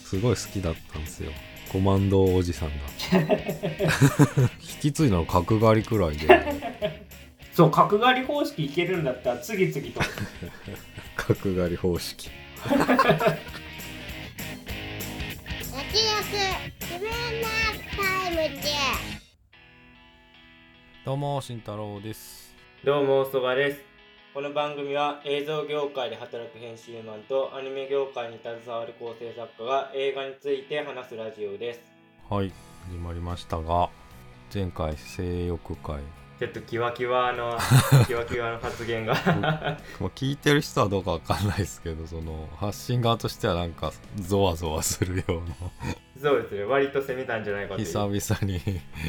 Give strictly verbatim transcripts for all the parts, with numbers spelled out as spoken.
すごい好きだったんですよ、コマンドおじさんが引き継いだの角刈りくらいでそう角刈り方式いけるんだったら次々と角刈り方式焼き肉自分のタイムで。 どうも慎太郎です。 どうもそばです。この番組は映像業界で働く編集マンとアニメ業界に携わる構成作家が映画について話すラジオです。 はい、始まりましたが、前回性欲会ちょっとキワキワのキワキワの発言が聞いてる人はどうかわかんないですけど、その発信側としてはなんかゾワゾワするようなそうですね、割と攻めたんじゃないかという。 久々に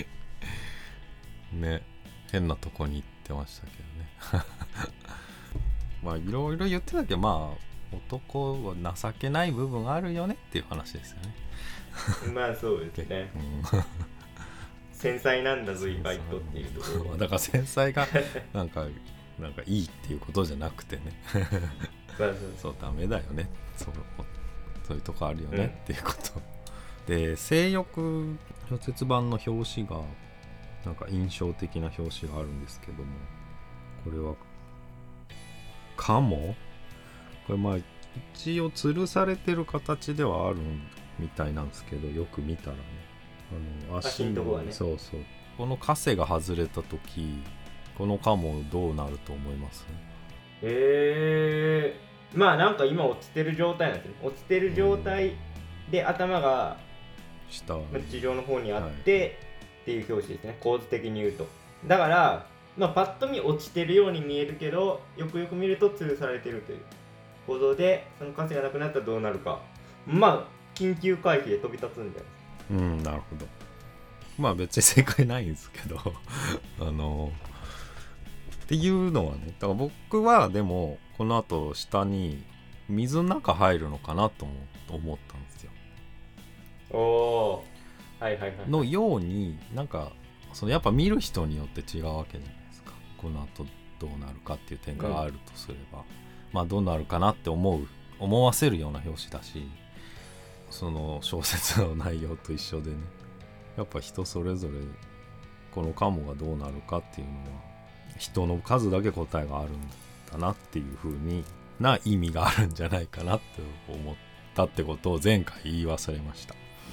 ね、変なとこに行ってましたけどねまあいろいろ言ってたけど、まあ男は情けない部分あるよねっていう話ですよねまあそうですね、 うん、 繊細なんだぞ意外とっていうところだから繊細がなんかなんかいいっていうことじゃなくてねそうそうダメだよね、そうそういうとこあるよね、うん、っていうことで、性欲小説版の表紙がなんか印象的な表紙があるんですけども、これはカモ、これまあ一応吊るされてる形ではあるみたいなんですけど、よく見たらね、あの足のとこはね、そうそう、このカセが外れた時、このカモどうなると思います？ えー、まあなんか今落ちてる状態なんですね。落ちてる状態で頭が下地上の方にあって、はい、っていう表紙ですね、構図的に言うと。だから、まあ、パッと見落ちてるように見えるけど、よくよく見ると吊るされてるという構造で、そのカセがなくなったらどうなるか、まあ緊急回避で飛び立つんじゃないですか。 うん、なるほど。まあ別に正解ないんですけどあのっていうのはね、だから僕はでもこの後下に水の中入るのかなと思ったんですよ。 おー、はいはいはい。 のように、なんかそのやっぱ見る人によって違うわけじゃないですか。この後どうなるかっていう点があるとすれば、うん、まあどうなるかなって思う思わせるような表紙だし、その小説の内容と一緒でね、やっぱ人それぞれこのカモがどうなるかっていうのは人の数だけ答えがあるんだなっていう風にな意味があるんじゃないかなって思ったってことを前回言い忘れました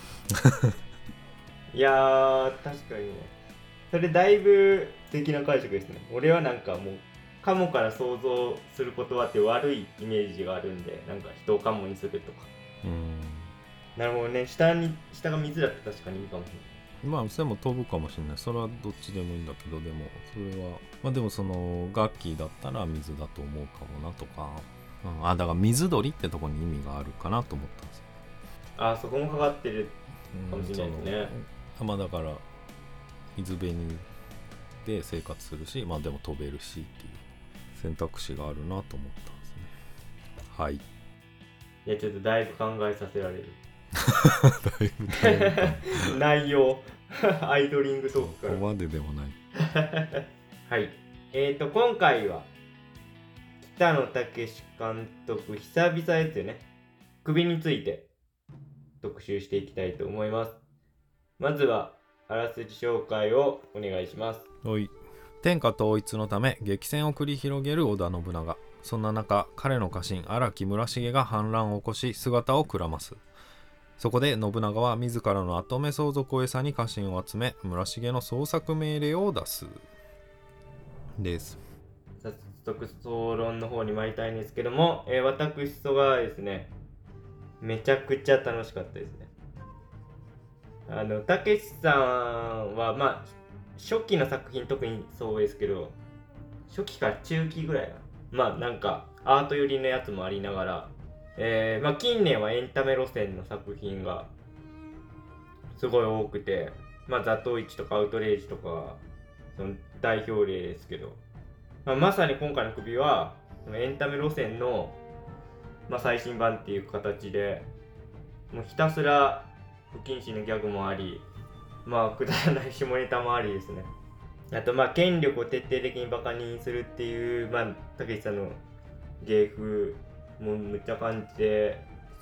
いやー確かにね、それだいぶ素敵な解釈ですね。俺はなんかもうカモから想像することはって悪いイメージがあるんで、なんか人をカモにするとか。 うーん、 なるほどね。下に下が水だって確かにいいかもしれない。 まあそれも飛ぶかもしれない。それはどっちでもいいんだけど、でもそれはまあでもそのガッキーだったら水だと思うかもなとか、うん、あだから水鳥ってとこに意味があるかなと思ったんですよ。 あそこもかかってるかもしれないですね。 うん、まあだから水辺にで生活するし、まあでも飛べるしっていう選択肢があるなと思ったんですね。はい。いやちょっとだいぶ考えさせられるだいぶだいぶ内容アイドリングトークからここまででもないはい、えーと今回は北野武監督久々ですよね。首について特集していきたいと思います。まずはあらすじ紹介をお願いします。 はい。天下統一のため激戦を繰り広げる織田信長。そんな中、彼の家臣荒木村重が反乱を起こし姿をくらます。そこで信長は自らの跡目相続を餌に家臣を集め、村重の捜索命令を出すです。 早速総論の方に参りたいんですけども、えー、私そがですね、めちゃくちゃ楽しかったですね。あのたけしさんはまあ初期の作品特にそうですけど、初期から中期ぐらいな、まあなんかアート寄りのやつもありながら、えー、まあ近年はエンタメ路線の作品がすごい多くて、まあザトウイチとかアウトレイジとかその代表例ですけど、まあ、まさに今回の首はエンタメ路線の、まあ、最新版っていう形で、もうひたすら不謹慎なギャグもあり、まあくだらない下ネタもありですね。あとまあ権力を徹底的にバカにするっていう、まあたけしさんの芸風もむっちゃ感じて、す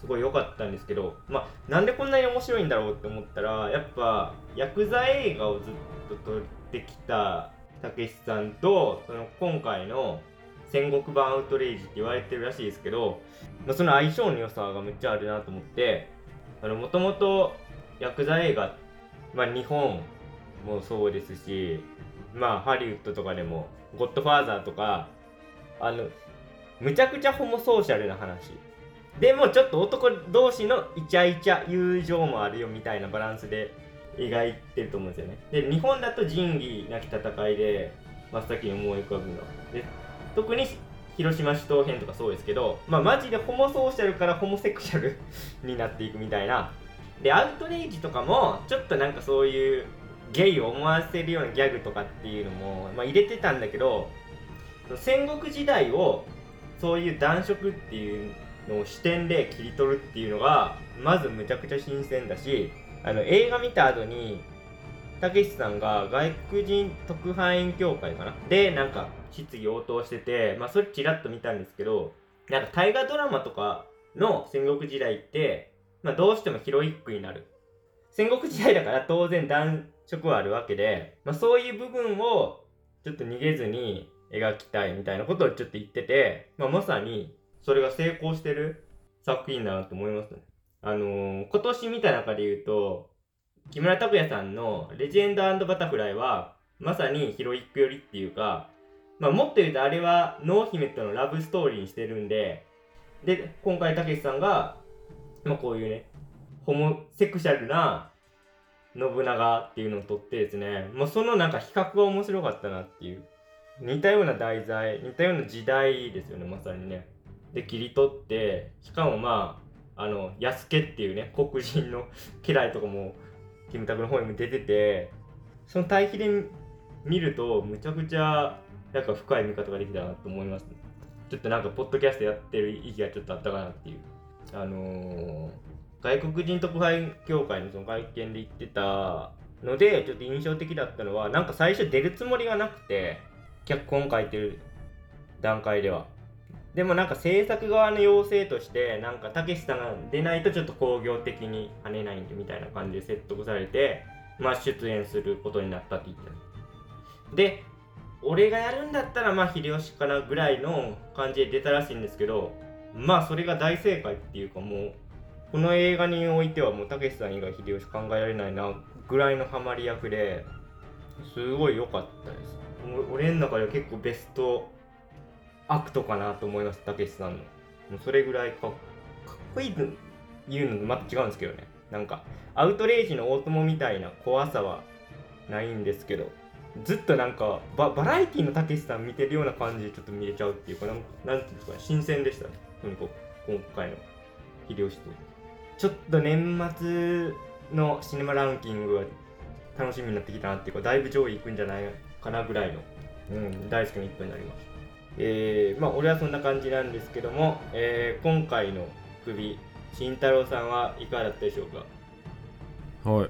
すごい良かったんですけど、まあなんでこんなに面白いんだろうって思ったら、やっぱヤクザ映画をずっと撮ってきたたけしさんと、その今回の戦国版アウトレイジって言われてるらしいですけど、まあ、その相性の良さがめっちゃあるなと思って、もともとヤクザ映画、まあ日本もそうですし、まあハリウッドとかでもゴッドファーザーとか、あのむちゃくちゃホモソーシャルな話でもちょっと男同士のイチャイチャ友情もあるよみたいなバランスで描いてると思うんですよね。で日本だと仁義なき戦いで真っ先に思い浮かぶので、特に広島市東編とかそうですけど、まあマジでホモソーシャルからホモセクシャルになっていくみたいな。でアウトレイジとかもちょっとなんかそういうゲイを思わせるようなギャグとかっていうのも、まあ、入れてたんだけど、戦国時代をそういう男色っていうのを視点で切り取るっていうのがまずむちゃくちゃ新鮮だし、あの映画見た後にたけしさんが外国人特派員協会かなでなんか質疑応答してて、まあそれちらっと見たんですけど、なんか大河ドラマとかの戦国時代って、まあ、どうしてもヒロイックになる。戦国時代だから当然男色はあるわけで、まあ、そういう部分をちょっと逃げずに描きたいみたいなことをちょっと言ってて、まあ、まさにそれが成功してる作品だなと思いますね。あのー、今年見た中で言うと、木村拓哉さんのレジェンド&バタフライはまさにヒロイック寄りっていうか、まあ、もっと言うとあれは濃姫とのラブストーリーにしてるんで、で今回たけしさんが、まあ、こういうねホモセクシャルな信長っていうのを撮ってですね、もうそのなんか比較が面白かったなっていう、似たような題材、似たような時代ですよね、まさにね。で切り取って、しかもまああの安家っていうね黒人の家来とかもキムタクの方にも出てて、その対比で見るとむちゃくちゃなんか深い見方ができたなと思いますね。ちょっとなんかポッドキャストやってる意義がちょっとあったかなっていう。あのー、外国人特派員協会のその会見で言ってたのでちょっと印象的だったのは、なんか最初出るつもりがなくて、脚本書いてる段階では。でもなんか制作側の要請としてなんかたけしさんが出ないとちょっと興行的に跳ねないんでみたいな感じで説得されて、まあ出演することになったって言ってた。で俺がやるんだったらまあ秀吉かなぐらいの感じで出たらしいんですけど、まあそれが大正解っていうか、もうこの映画においてはもうたけしさん以外秀吉考えられないなぐらいのハマり役ですごい良かったです。俺の中では結構ベストアクトかなと思います、たけしさんの。もうそれぐらいか っ, かっこいいと言うのとまた違うんですけどね。なんかアウトレイジの大友みたいな怖さはないんですけど、ずっとなんか バ, バラエティのたけしさん見てるような感じでちょっと見れちゃうっていうか、なんなんていうんですかね、新鮮でしたね。とにかく今回の秀吉とちょっと年末のシネマランキングは楽しみになってきたなっていうか、だいぶ上位いくんじゃないかなぐらいの、うん、大好きな一本になります。えー、まあ俺はそんな感じなんですけども、えー、今回の首慎太郎さんはいかがだったでしょうか。 はい、う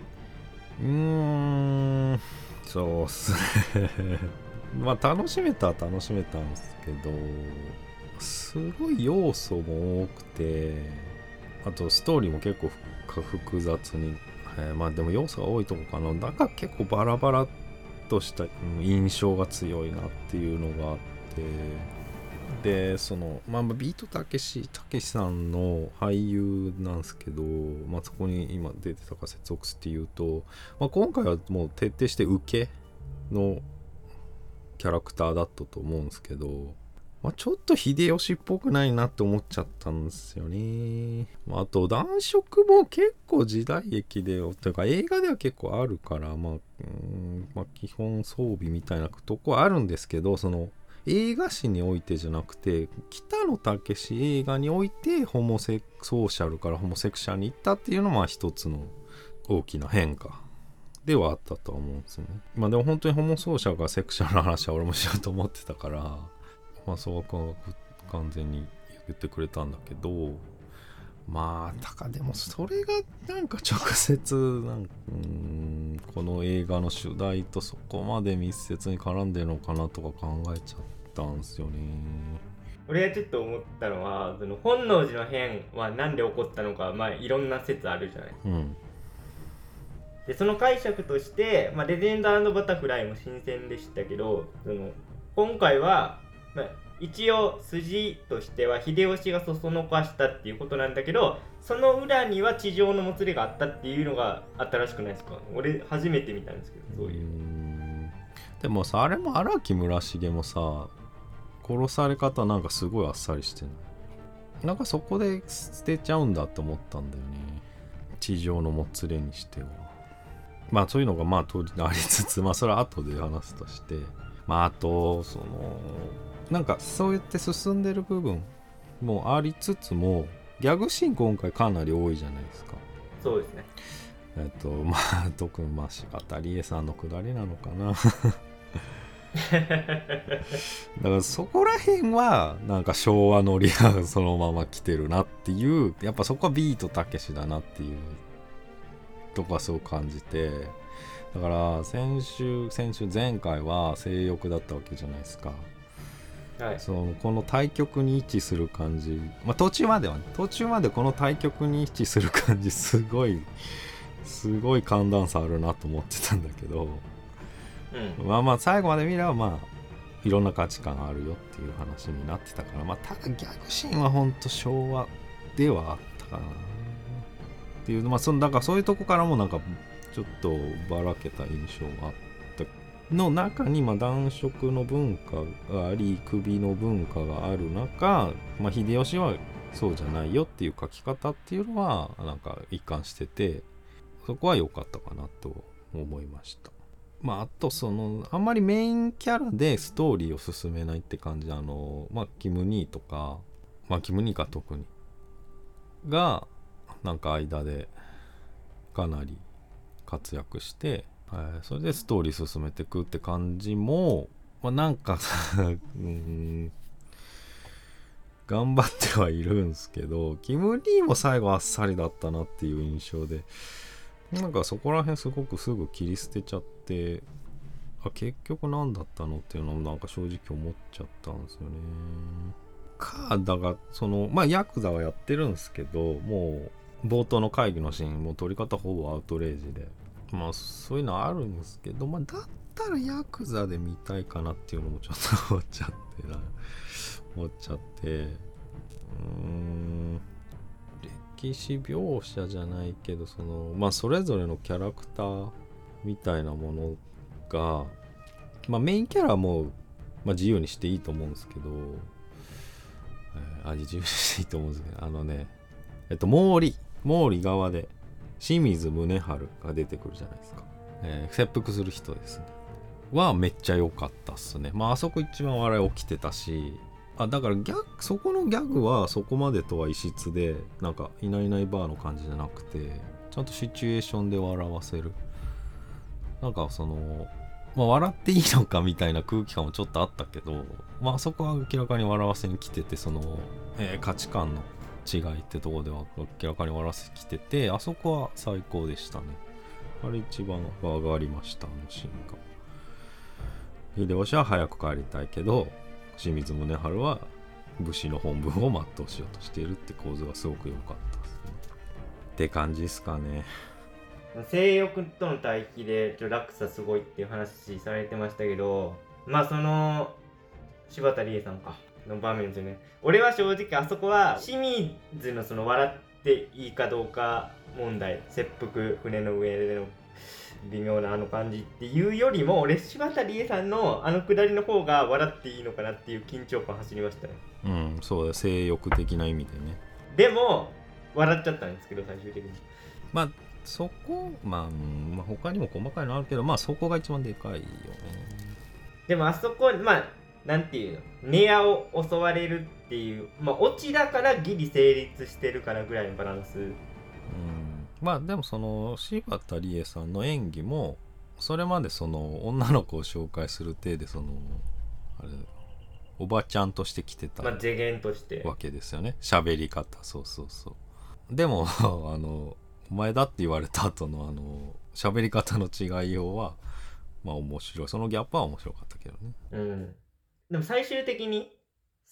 ーんそうっすねまあ楽しめたは楽しめたんですけど、すごい要素も多くて、あとストーリーも結構複雑に、えー、まあでも要素が多いとこかな。だから結構バラバラとした印象が強いなっていうのがあって、でそのまあビートたけしたけしさんの俳優なんですけど、まあそこに今出てた仮説をくすっていうと、まあ、今回はもう徹底して受けのキャラクターだったと思うんですけど、まあ、ちょっと秀吉っぽくないなって思っちゃったんですよね。まあ、あと男色も結構時代劇でというか映画では結構あるから、まあ、うーんまあ基本装備みたいなとこあるんですけど、その映画史においてじゃなくて北野武映画においてホモセソーシャルからホモセクシャルに行ったっていうのは一つの大きな変化ではあったとは思うんですね。まあでも本当にホモソーシャルからセクシャルな話は俺もしようと思ってたから、まあそう完全に言ってくれたんだけど、まあたかでもそれがなんか直接なんかうーんこの映画の主題とそこまで密接に絡んでるのかなとか考えちゃったんですよね。 俺がちょっと思ったのは、その本能寺の変はなんで起こったのか、まあいろんな説あるじゃない。 うんでその解釈として、まあ、レジェンド&バタフライも新鮮でしたけど、その今回は、まあ、一応筋としては秀吉がそそのかしたっていうことなんだけど、その裏には地上のもつれがあったっていうのが新しくないですか？俺初めて見たんですけど、そういう。 うーんでもさ、あれも荒木村重もさ、殺され方なんかすごいあっさりしてない？なんかそこで捨てちゃうんだって思ったんだよね、地上のもつれにしては。まあそういうのがまあ当時ありつつ、まあそれは後で話すとして、まああとそのなんかそうやって進んでる部分もありつつも、ギャグシーン今回かなり多いじゃないですか。 そうですね。 えっとまあ特にまあ柴田理恵さんのくだりなのかなだからそこら辺はなんか昭和のリアがそのまま来てるなっていう、やっぱそこはビートたけしだなっていうとこはすごく感じて、だから先週先週前回は性欲だったわけじゃないですか。 はい、 そのこの対極に位置する感じ、まあ途中まではね途中までこの対極に位置する感じすごいすごい寒暖差あるなと思ってたんだけど、 うん、 まあまあ最後まで見ればまあいろんな価値観あるよっていう話になってたから、まあただギャグシーンはほんと昭和ではあったかなっていう、まあそのだからそういうとこからもなんかちょっとばらけた印象があったの中に、まあ男色の文化があり首の文化がある中、まあ秀吉はそうじゃないよっていう書き方っていうのはなんか一貫してて、そこは良かったかなと思いました。まああとそのあんまりメインキャラでストーリーを進めないって感じで、あのまあキム兄とか、まあキム兄か特にがなんか間でかなり活躍して、えー、それでストーリー進めていくって感じも、まあ、なんかうん頑張ってはいるんですけど、キム・リーも最後あっさりだったなっていう印象で、なんかそこら辺すごくすぐ切り捨てちゃって、あ結局何だったのっていうのもなんか正直思っちゃったんですよね。かだがそのまあヤクザはやってるんですけど、もう冒頭の会議のシーンも撮り方ほぼアウトレイジで、まあそういうのあるんですけど、まあだったらヤクザで見たいかなっていうのもちょっと思っちゃってな思っちゃってうーん歴史描写じゃないけど、そのまあそれぞれのキャラクターみたいなものが、まあメインキャラはもう、まあ、自由にしていいと思うんですけど、えー、あ自由にしていいと思うんですけど、あのねえっと毛利毛利側で清水宗春が出てくるじゃないですか、えー、切腹する人ですねはめっちゃ良かったっすね。まああそこ一番笑い起きてたし、あだからギャグそこのギャグはそこまでとは異質で、なんかいないいないバーの感じじゃなくて、ちゃんとシチュエーションで笑わせる、なんかそのまあ笑っていいのかみたいな空気感もちょっとあったけど、まああそこは明らかに笑わせに来てて、その、えー、価値観の違いってところでは明らかに笑わせに来てて、あそこは最高でしたね。あれ一番上がりました、あのシーンが。秀吉は早く帰りたいけど清水宗春は武士の本分を全うしようとしているって構図がすごく良かったですねって感じですかね。 性欲との対比でちょ落差すごいっていう話されてましたけど、まあその柴田理恵さんかの場面ですよね。俺は正直あそこは清水のその笑っていいかどうか問題、切腹船の上での微妙なあの感じっていうよりも、俺柴田理恵さんのあのくだりの方が笑っていいのかなっていう緊張感走りましたね。 うんそうだ、性欲的な意味でね。 でも笑っちゃったんですけど最終的に。 まあそこ、まあ、まあ他にも細かいのあるけど、まあそこが一番でかいよね。 でもあそこまあなんていうの、ネアを襲われるっていう、まあオチだからギリ成立してるからぐらいのバランス。 うんまあでもその柴田理恵さんの演技もそれまでその女の子を紹介する体でそのあれおばちゃんとして来てたまあ次元としてわけですよね、喋り方。そうそうそう。でもあのお前だって言われた後のあの喋り方の違いようはまあ面白い、そのギャップは面白かったけどね。 うん。でも最終的に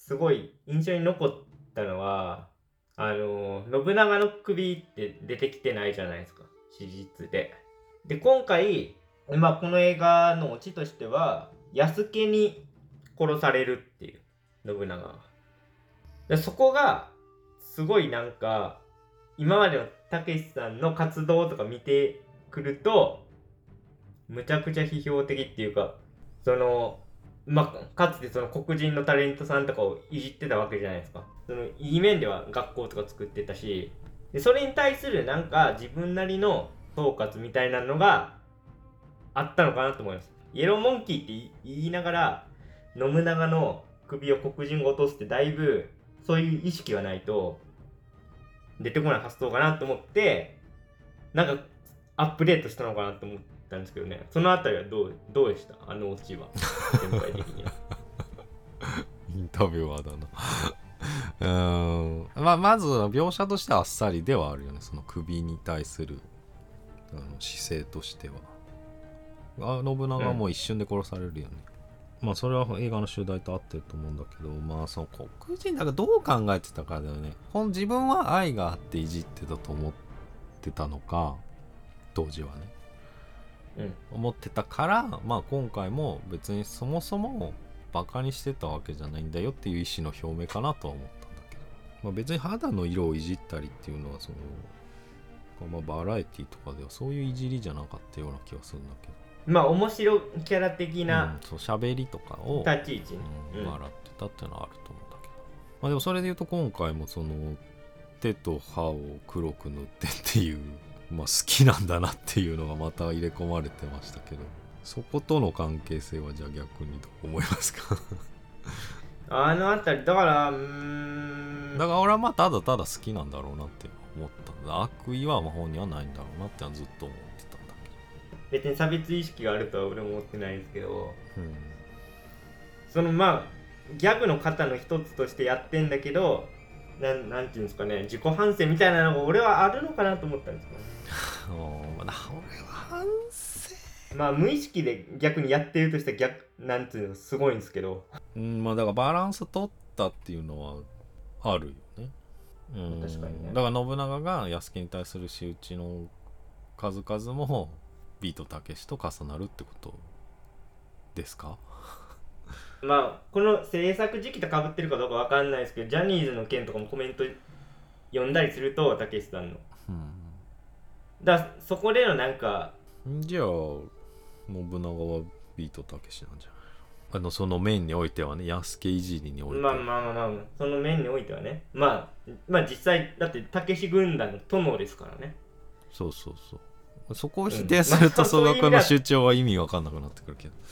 すごい印象に残ったのは、あの信長の首って出てきてないじゃないですか、史実で。で今回、まあ、この映画のオチとしては安家に殺されるっていう、信長が。でそこがすごいなんか今までのたけしさんの活動とか見てくるとむちゃくちゃ批評的っていうか、そのまあ、かつてその黒人のタレントさんとかをいじってたわけじゃないですか。そのいい面では学校とか作ってたし、でそれに対するなんか自分なりの総括みたいなのがあったのかなと思います。イエローモンキーって言いながら信長の首を黒人が落とすって、だいぶそういう意識がないと出てこない発想かなと思って、なんかアップデートしたのかなと思ったんですけどね。そのあたりはどうどうでした？あのオチは先輩的には。 インタビュアーだなうーん、まあ、まず描写としてはあっさりではあるよね。その首に対するあの姿勢としては、あ信長はもう一瞬で殺されるよね、うん、まあそれは映画の主題と合ってると思うんだけど、まあその黒人だからどう考えてたかだよね。この自分は愛があっていじってたと思ってたのか、当時はね、うん、思ってたから、まあ今回も別にそもそもバカにしてたわけじゃないんだよっていう意思の表明かなとは思ったんだけど、まあ、別に肌の色をいじったりっていうのはその、まあ、バラエティとかではそういういじりじゃなかったような気がするんだけど、 まあ面白キャラ的な、 うん、そう喋りとかを立ち位置、 うん、笑ってたっていうのはあると思うんだけど、まあでもそれで言うと今回もその手と歯を黒く塗ってっていう、まあ好きなんだなっていうのがまた入れ込まれてましたけど、そことの関係性はじゃあ逆にどう思いますか？ あのあたりだからうーんだから俺はまあただただ好きなんだろうなって思ったんだ。悪意はまあ本にはないんだろうなってのはずっと思ってたんだけど、 別に差別意識があるとは俺も思ってないですけど、 うん、 そのまあギャグの型の一つとしてやってんだけど、な ん, なんていうんですかね、自己反省みたいなのが俺はあるのかなと思ったんですよね。 俺は反省、 まあ無意識で逆にやってるとしたら逆なんていうのすごいんですけど、 うん、まあだからバランス取ったっていうのはあるよね。うん、 確かにね。 だから信長が安家に対する仕打ちの数々もビートたけしと重なるってことですか？ まあこの制作時期と被ってるかどうかわかんないですけど、ジャニーズの件とかもコメント読んだりするとたけしさんの、うん、だそこでのなんかじゃあ信長はビートたけしなんじゃないの？あのその面においてはね、安家いじりにおいては、 まあまあまあまあその面においてはね、まあまあ実際だってたけし軍団の殿ですからね。 そうそうそう、そこを否定すると総額の主張は意味わかんなくなってくるけど、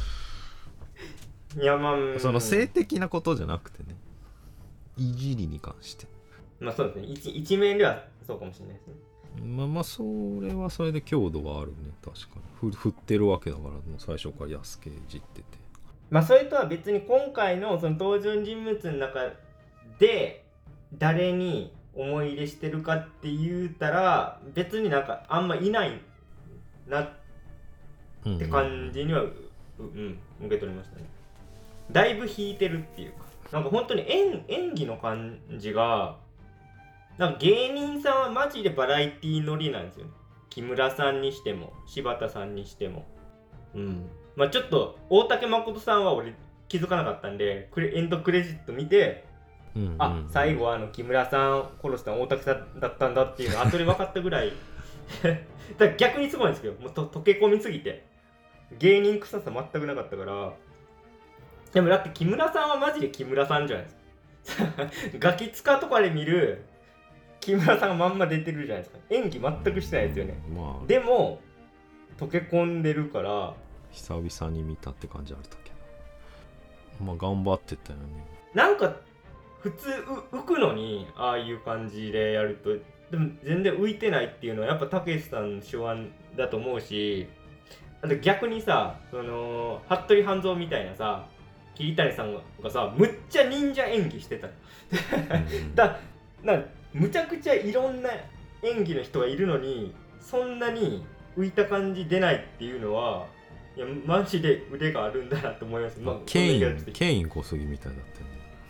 いやまあその性的なことじゃなくてね、いじりに関してまあそうですね、 一, 一面ではそうかもしれないですね。 まあまあそれはそれで強度はあるね、確かに。ふ振ってるわけだから、もう最初から安家いじってて、 まあそれとは別に今回のその登場人物の中で誰に思い入れしてるかって言うたら別になんかあんまいないなって感じには、うんうん、うん、受け取りましたね。だいぶ引いてるっていうか、なんか本当に 演, 演技の感じがなんか芸人さんはマジでバラエティ乗りなんですよね。木村さんにしても柴田さんにしても、うん、まあちょっと大竹誠さんは俺気づかなかったんでクレエンドクレジット見て、うんうんうん、あ最後はあの木村さん殺したの大竹さんだったんだっていうの後で分かったぐらいだから逆にすごいんですけど、もうと溶け込みすぎて芸人臭さ全くなかったから。でもだって木村さんはマジで木村さんじゃないですかガキ使とかで見る木村さんがまんま出てるじゃないですか。演技全くしてないですよね、まあ、でも溶け込んでるから久々に見たって感じあるけど、まあ頑張ってたよね。 なんか普通浮くのにああいう感じでやるとでも全然浮いてないっていうのはやっぱたけしさんの手腕だと思うし、あと逆にさ、その服部半蔵みたいなさ桐谷さんがさむっちゃ忍者演技してただなむちゃくちゃいろんな演技の人がいるのにそんなに浮いた感じ出ないっていうのはいやマジで腕があるんだなと思います。まあ、 ケインケイン小杉みたいだったよね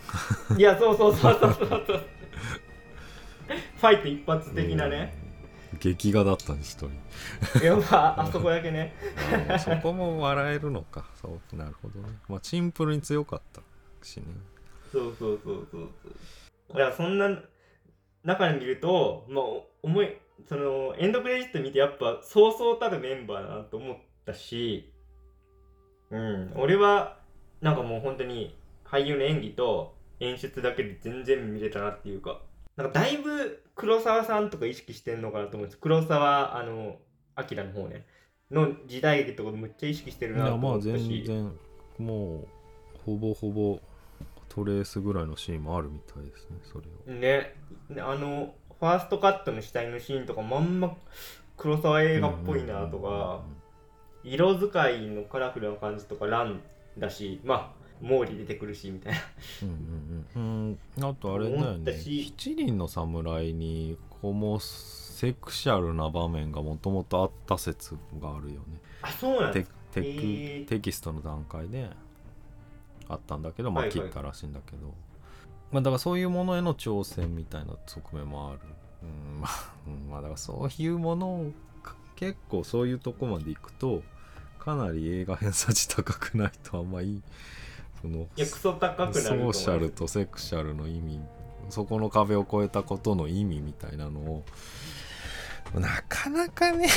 いやそうそうそうそうそうそうファイト一発的なね、 うん、劇画だったね一人いやまああそこだけねあそこも笑えるのか。そうなるほどね。まあシンプルに強かったしね。 そうそうそうそうそう。だからそんな中で見ると、まあ、思いそのエンドクレジット見てやっぱそうそうたるメンバーだなと思ったし、うん、俺はなんかもう本当に俳優の演技と演出だけで全然見れたなっていうか、なんかだいぶ黒沢さんとか意識してんのかなと思うんです。黒沢あの明の方ねの時代劇とかむっちゃ意識してるなと思ったし。いやまあ全然もうほぼほぼトレースぐらいのシーンもあるみたいですね、それをね。あのファーストカットの死体のシーンとかまんま黒沢映画っぽいなとか、色使いのカラフルな感じとかランだし、まあ毛利出てくるしみたいなうんうんうん、うん、あとあれだよね、七人の侍にこうもセクシャルな場面がもともとあった説があるよね。 あ、そうなんですか。 テ, テ, えー、テキストの段階であったんだけど、まあ切ったらしいんだけど、はいはい、まあだからそういうものへの挑戦みたいな側面もある。うん、まあ、うん、まあだからそういうものを結構そういうとこまでいくとかなり映画偏差値高くないとあんまいい。そのいやクソ高くなるとソーシャルとセクシャルの意味、そこの壁を越えたことの意味みたいなのをなかなかね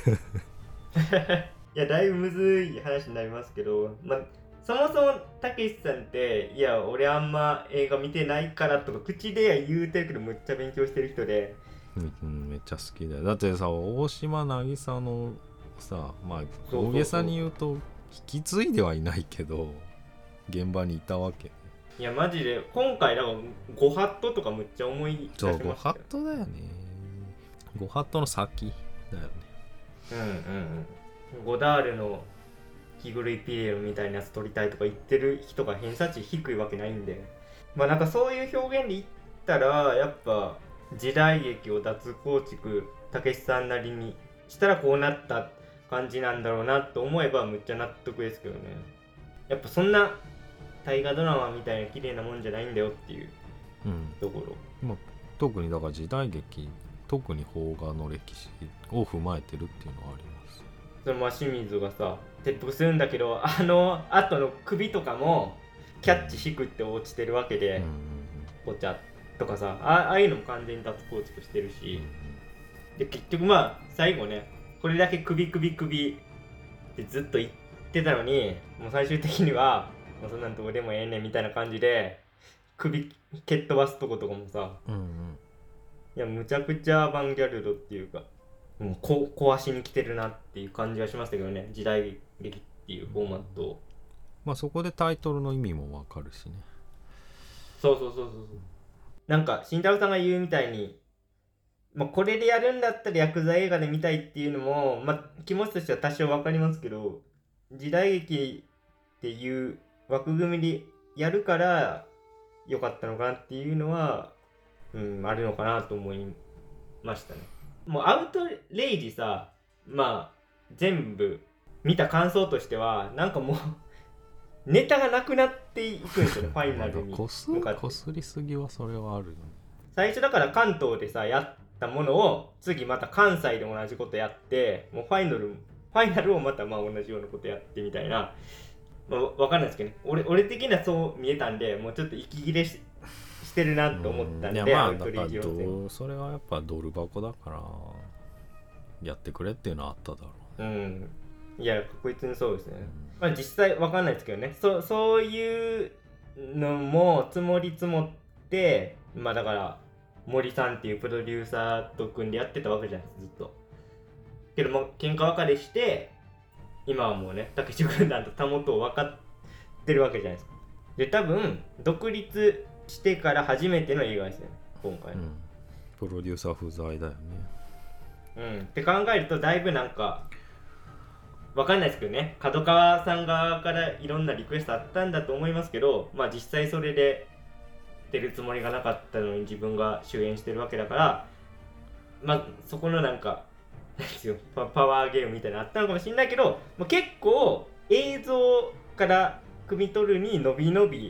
いやだいぶむずい話になりますけど、まあ、そもそもたけしさんっていや俺あんま映画見てないからとか口で言うてるけどむっちゃ勉強してる人で、 うん、めっちゃ好きだよ。だってさ大島渚のさ、まあ大げさに言うと引き継いではいないけど現場にいたわけ。 いやマジで今回だからごハットとかむっちゃ思い出しましたよ。 そうごハットだよね。ごハットの先だよね。 うんうんうん。ゴダールの気狂いピエロみたいなやつ撮りたいとか言ってる人が偏差値低いわけないんで、まあなんかそういう表現で言ったらやっぱ時代劇を脱構築たけしさんなりにしたらこうなった感じなんだろうなと思えばむっちゃ納得ですけどね。やっぱそんな大河ドラマみたいな綺麗なもんじゃないんだよっていうところ、 うんまあ、特にだから時代劇特に邦画の歴史を踏まえてるっていうのはあります。 そのまあ清水がさ鉄腹するんだけどあの後の首とかもキャッチしくって落ちてるわけで、ポチャとかさ あ, ああいうのも完全に脱構築してるし、うん、で結局まあ最後ねこれだけ首首首ってずっと言ってたのにもう最終的にはもうそんなんどうでもええねんみたいな感じで首蹴っ飛ばすとことかもさ、うんうん、いやむちゃくちゃアバンギャルドっていうかもうこ壊しに来てるなっていう感じはしましたけどね、時代劇っていうフォーマットを、うん、 まあそこでタイトルの意味もわかるしね。 そうそうそうそうそう、なんか慎太郎さんが言うみたいに、まあ、これでやるんだったらヤクザ映画で見たいっていうのも、まあ、気持ちとしては多少わかりますけど、時代劇っていう枠組みでやるから良かったのかなっていうのは、うん、あるのかなと思いましたね。もうアウトレイジさ、まあ全部見た感想としてはなんかもうネタがなくなっていくんですよねファイナルにこすこすりすぎはそれはあるよね。 最初だから関東でさやったものを次また関西で同じことやってもうファイナルファイナルをまたまあ同じようなことやってみたいな、まあ、分かんないですけどね、俺俺的にはそう見えたんでもうちょっと息切れししてるなと思ったんで、 いやまあだからそれはやっぱドル箱だからやってくれっていうのはあっただろう。うんいや確実にそうですね、うんまあ、実際わかんないですけどね、そそういうのも積もり積もってまあだから森さんっていうプロデューサーと組んでやってたわけじゃないですずっと。けども喧嘩別れして今はもうね竹内軍団とたもとを分かってるわけじゃないですか。で多分独立してから初めての映画ですよね今回の、うん、 プロデューサー不在だよね。 うんって考えるとだいぶなんかわかんないですけどね、角川さん側からいろんなリクエストあったんだと思いますけど、まあ実際それで出るつもりがなかったのに自分が主演してるわけだから、まあそこのなんかなんですよ パ, パワーゲームみたいなのあったのかもしれないけど、まあ、結構映像から汲み取るに伸び伸び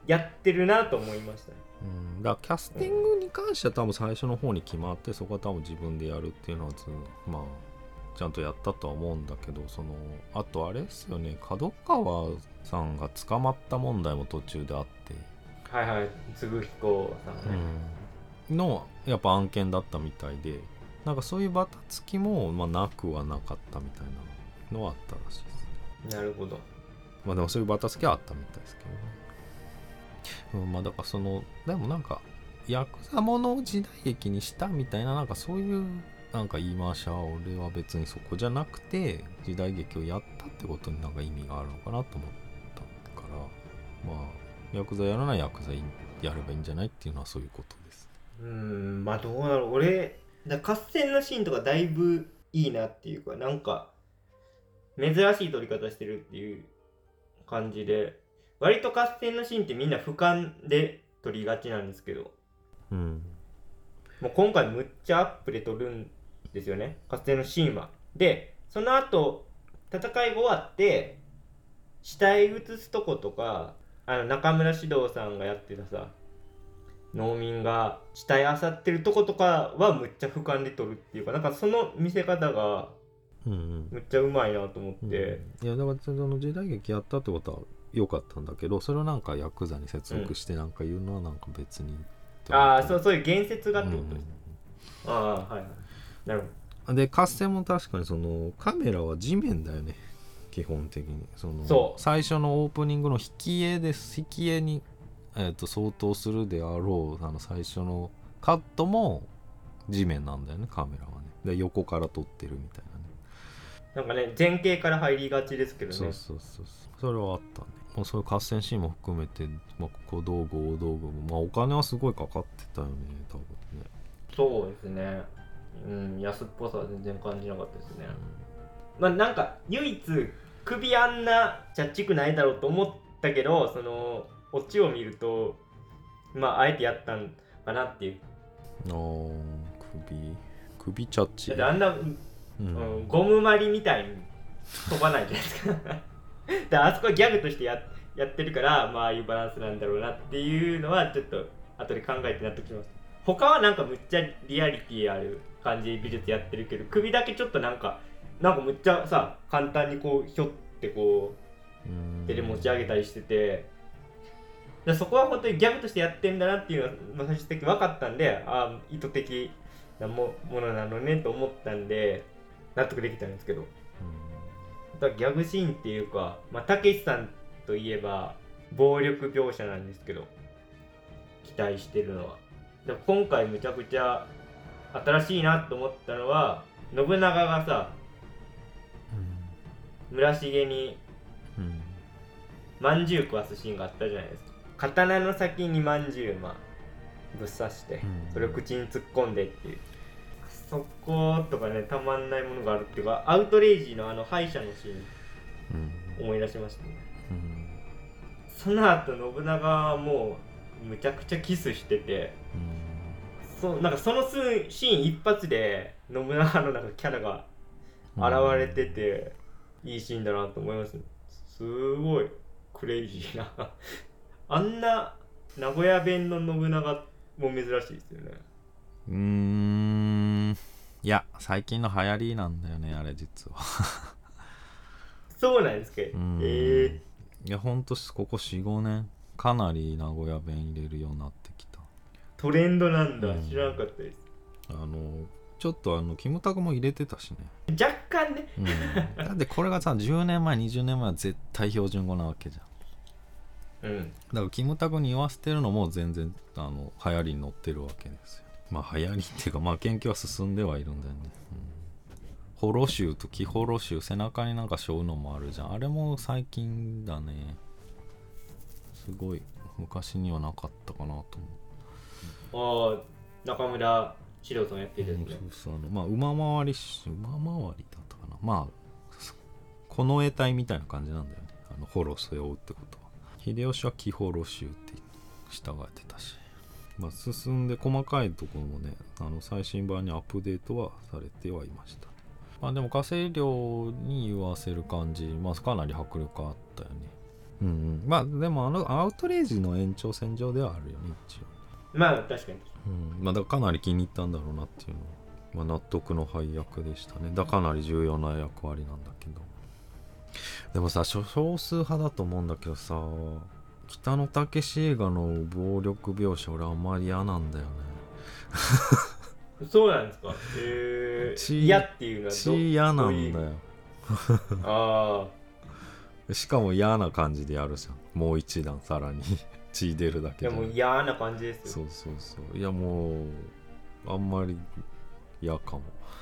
やってるなと思いました。 うん、だからキャスティングに関しては多分最初の方に決まって、そこは多分自分でやるっていうのはずまあちゃんとやったとは思うんだけど、そのあとあれですよね、角川さんが捕まった問題も途中であって、 はいはい、嗣彦さんね、 うん、のやっぱ案件だったみたいで、なんかそういうバタつきも、まあ、なくはなかったみたいなのはあったらしいです。 なるほど。 まあでもそういうバタつきはあったみたいですけどね。うん、まあだからそのでもなんかヤクザものを時代劇にしたみたいな、なんかそういうなんか言い回しは俺は別にそこじゃなくて、時代劇をやったってことになんか意味があるのかなと思ったから、まあヤクザやらないヤクザやればいいんじゃないっていうのはそういうことです。 うーん、まあどうだろう。俺だ合戦のシーンとかだいぶいいなっていうか、なんか珍しい撮り方してるっていう感じで、割と合戦のシーンってみんな俯瞰で撮りがちなんですけど、 うん、 もう今回むっちゃアップで撮るんですよね、合戦のシーンは。でその後戦いが終わって死体映すとことか、あの中村獅童さんがやってたさ、農民が死体あさってるとことかはむっちゃ俯瞰で撮るっていうか、なんかその見せ方がうんうんむっちゃうまいなと思って、 うん、いやだからその時代劇やったってことは良かったんだけど、それをなんかヤクザに接続してなんか言うのはなんか別に、 うん、ああ、そうそういう言説がってことです、 うん、 ああはいはい、なるほど。 で合戦も確かにそのカメラは地面だよね基本的に。そのそう最初のオープニングの引き絵です。引き絵に、えー、と相当するであろうあの最初のカットも地面なんだよね、カメラはね。で横から撮ってるみたいなね。 なんかね、前景から入りがちですけどね。 そうそうそうそう、それはあったね。もうそういう合戦シーンも含めて、まあ、小道具大道具も、まあ、お金はすごいかかってたよね多分ね。 そうですね、うん、安っぽさは全然感じなかったですね、うん、まあなんか唯一首あんなちゃっちくないだろうと思ったけど、そのオチを見るとまああえてやったんかなっていう。 あー首首チャッチだってあんな、うんうん、ゴムまりみたいに飛ばないじゃないですかだからあそこはギャグとして や, やってるから、まあああいうバランスなんだろうなっていうのはちょっと後で考えて納得します。他はなんかむっちゃリアリティある感じ美術やってるけど、首だけちょっとなんかなんかむっちゃさ簡単にこうひょってこう手で持ち上げたりしてて、でそこは本当にギャグとしてやってんだなっていうのは最終的に分かったんで、ああ意図的な も, ものなのねと思ったんで納得できたんですけど、だギャグシーンっていうか、まあたけしさんといえば暴力描写なんですけど、期待してるのはでも今回むちゃくちゃ新しいなと思ったのは、信長がさ、うん、村重にまんじゅう食わすシーンがあったじゃないですか。刀の先にまんじゅう、まあ、ぶっ刺してそれを口に突っ込んでっていう、そことかね、たまんないものがあるっていうか、アウトレイジのあの歯医者のシーン思い出しましたね、うん、その後信長はもうむちゃくちゃキスしてて、うん、そなんかそのシーン一発で信長のなんかキャラが現れてて、うん、いいシーンだなと思いますね。すごいクレイジーなあんな名古屋弁の信長も珍しいですよね。 うーん、いや最近の流行りなんだよねあれ実はそうなんですか。えー、いやほんとここ よん,ご 年かなり名古屋弁入れるようになってきた。 トレンドなんだ、知らなかったです。 あのちょっとあのキムタクも入れてたしね、 若干ね、 うん、だってこれがさじゅうねんまえにじゅうねんまえは絶対標準語なわけじゃん。うん、だからキムタクに言わせてるのも全然あの流行りに乗ってるわけですよ。まあ流行りっていうかまあ研究は進んではいるんだよね、うん、ホロ臭とキホロ臭背中になんか背負うのもあるじゃん。あれも最近だね。すごい昔にはなかったかなと思う。ああ、中村獅童さんやってるやつね、 うん、そうそう、あのまあ馬回り馬回りだったかな、まあこの絵体みたいな感じなんだよね、あのホロ背負うってことは。秀吉はキホロ臭って従えてたし、まあ、進んで細かいところもね、あの最新版にアップデートはされてはいました。まあでも火星量に言わせる感じ、まあ、かなり迫力あったよね。 うんうん、まあでもあのアウトレイジの延長線上ではあるよね一応。 まあ確かに、 うん、まあだからかなり気に入ったんだろうなっていうのは、まあ、納得の配役でしたね。だからかなり重要な役割なんだけど、でもさ少数派だと思うんだけどさ、北野武映画の暴力描写俺あんまり嫌なんだよね。 そうなんですか。えー、 血嫌っていうのはど血嫌なんだよ。 どういうあしかも嫌な感じでやるじゃん、もう一段さらに血出るだあ、 けで。 いやもう嫌な感じですよ。 そうそうそう、いやもうあんまり嫌かも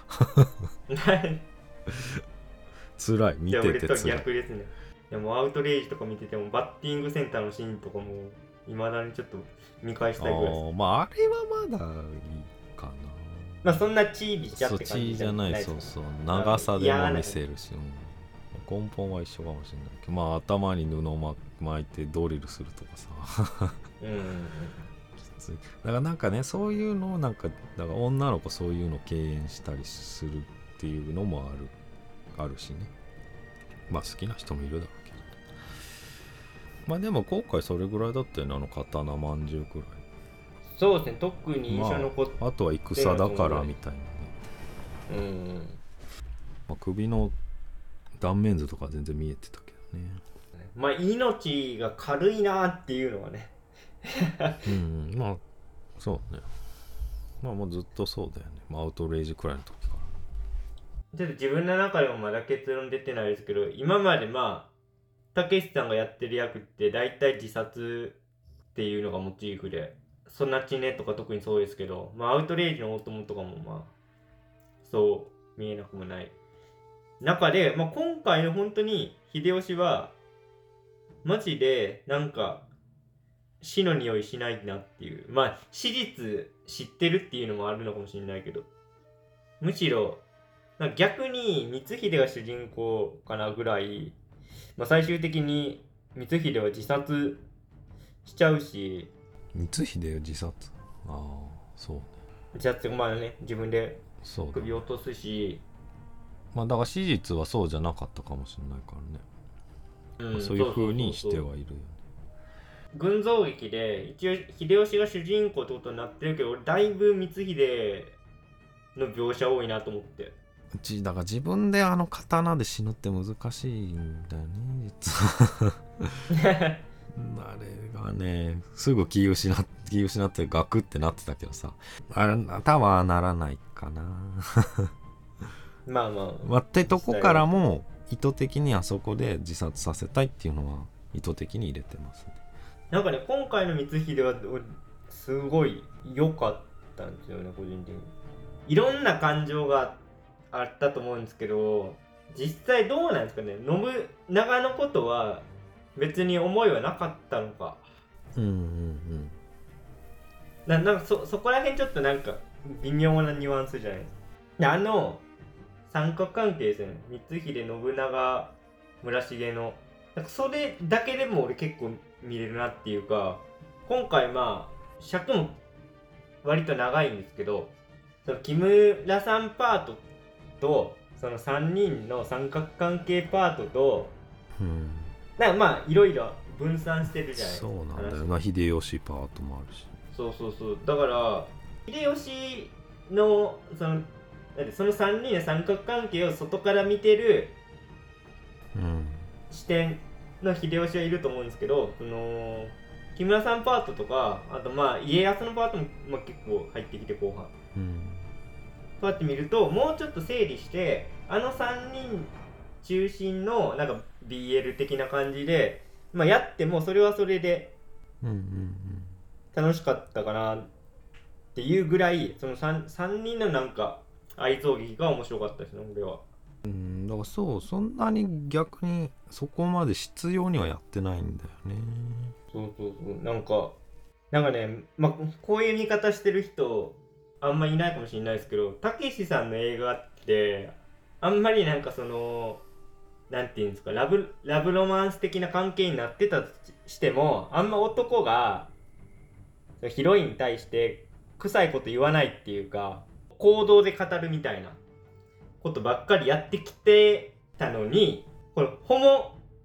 辛い、見じゃあて俺とて辛い。 逆ですね。いやもうアウトレイジとか見ててもバッティングセンターのシーンとかもいまだにちょっと見返したいぐらいです。 あーまああれはまだいいかな。 まあそんなチービしちゃっそうて感じ血じゃない、 ですか。 そうそう長さでも見せるし、うん、根本は一緒かもしれないけど、まあ頭に布を巻いてドリルするとかさうんうんうん、 きつい。だからなんかね、そういうのをなんかだから女の子そういうの敬遠したりするっていうのもあるあるしね。まあ好きな人もいるだろうけど、まあでも今回それぐらいだったよね、あの刀まんじゅうくらい。 そうですね、特に印象残って、 まあ、あとは戦だからみたいなね、 うんうんまあ、首の断面図とか全然見えてたけどね。 まあ命が軽いなっていうのはねうんまあそうね、まあもうずっとそうだよね、まあ、アウトレイジくらいの時から。 ちょっと自分の中でもまだ結論出てないですけど、今までまあたけしさんがやってる役って大体自殺っていうのがモチーフで、ソナチネとか特にそうですけど、まあアウトレイジの大友とかもまあそう見えなくもない中で、まあ、今回の本当に秀吉はマジでなんか死の匂いしないなっていう、まあ史実知ってるっていうのもあるのかもしれないけど、むしろなんか逆に光秀が主人公かなぐらい、まあ、最終的に光秀は自殺しちゃうし、 光秀自殺、ああそうね、 自殺まあね自分でそうだ、 首を落とすし、 まあだから史実はそうじゃなかったかもしれないからね、 うんまあ、そういう風にしそうそうそうそうてはいるよね。 群像劇で一応秀吉が主人公ってことになってるけど、俺だいぶ光秀の描写多いなと思って。 うちだから自分であの刀で死ぬって難しいんだよね実はあれがねすぐ気失っ気失ってガクってなってたけどさ、あれ多分はならないかなまあまあまあってとこからも意図的にあそこで自殺させたいっていうのは意図的に入れてますね。 なんかね、今回の光秀はすごい良かったんですよね、個人的に。いろんな感情があったと思うんですけど、実際どうなんですかね、信長のことは別に思いはなかったのか。 うんうんうんななんか そ, そこら辺ちょっとなんか微妙なニュアンスじゃないですか。であの三角関係ですよね、光秀、信長、村重の。なんかそれだけでも俺結構見れるなっていうか、今回まあ尺も割と長いんですけど、その木村さんパートとそのさんにんの三角関係パートと、 うんなんかまあいろいろ分散してるじゃないですか。 そうなんだよな、秀吉パートもあるし。 そうそうそう、だから秀吉のそのなんでそのさんにんの三角関係を外から見てるうん視点の秀吉はいると思うんですけど、その木村さんパートとか、あとまあ家康のパートも、まあ、結構入ってきて後半うんそうやって見ると、もうちょっと整理してあのさんにん中心のなんか ビーエル 的な感じで、まあ、やってもそれはそれでうんうん楽しかったかなっていうぐらい、その 3, 3人のなんか愛憎劇が面白かったですね、俺は。 うんだからそうそんなに逆にそこまで必要にはやってないんだよね。 そうそうそう、なんかなんかね、まあこういう見方してる人あんまりいないかもしれないですけど、たけしさんの映画ってあんまりなんかそのなんていうんですか、ラブラブロマンス的な関係になってたとしても、あんま男がヒロインに対して臭いこと言わないっていうか、行動で語るみたいなことばっかりやってきてたのに、このホモ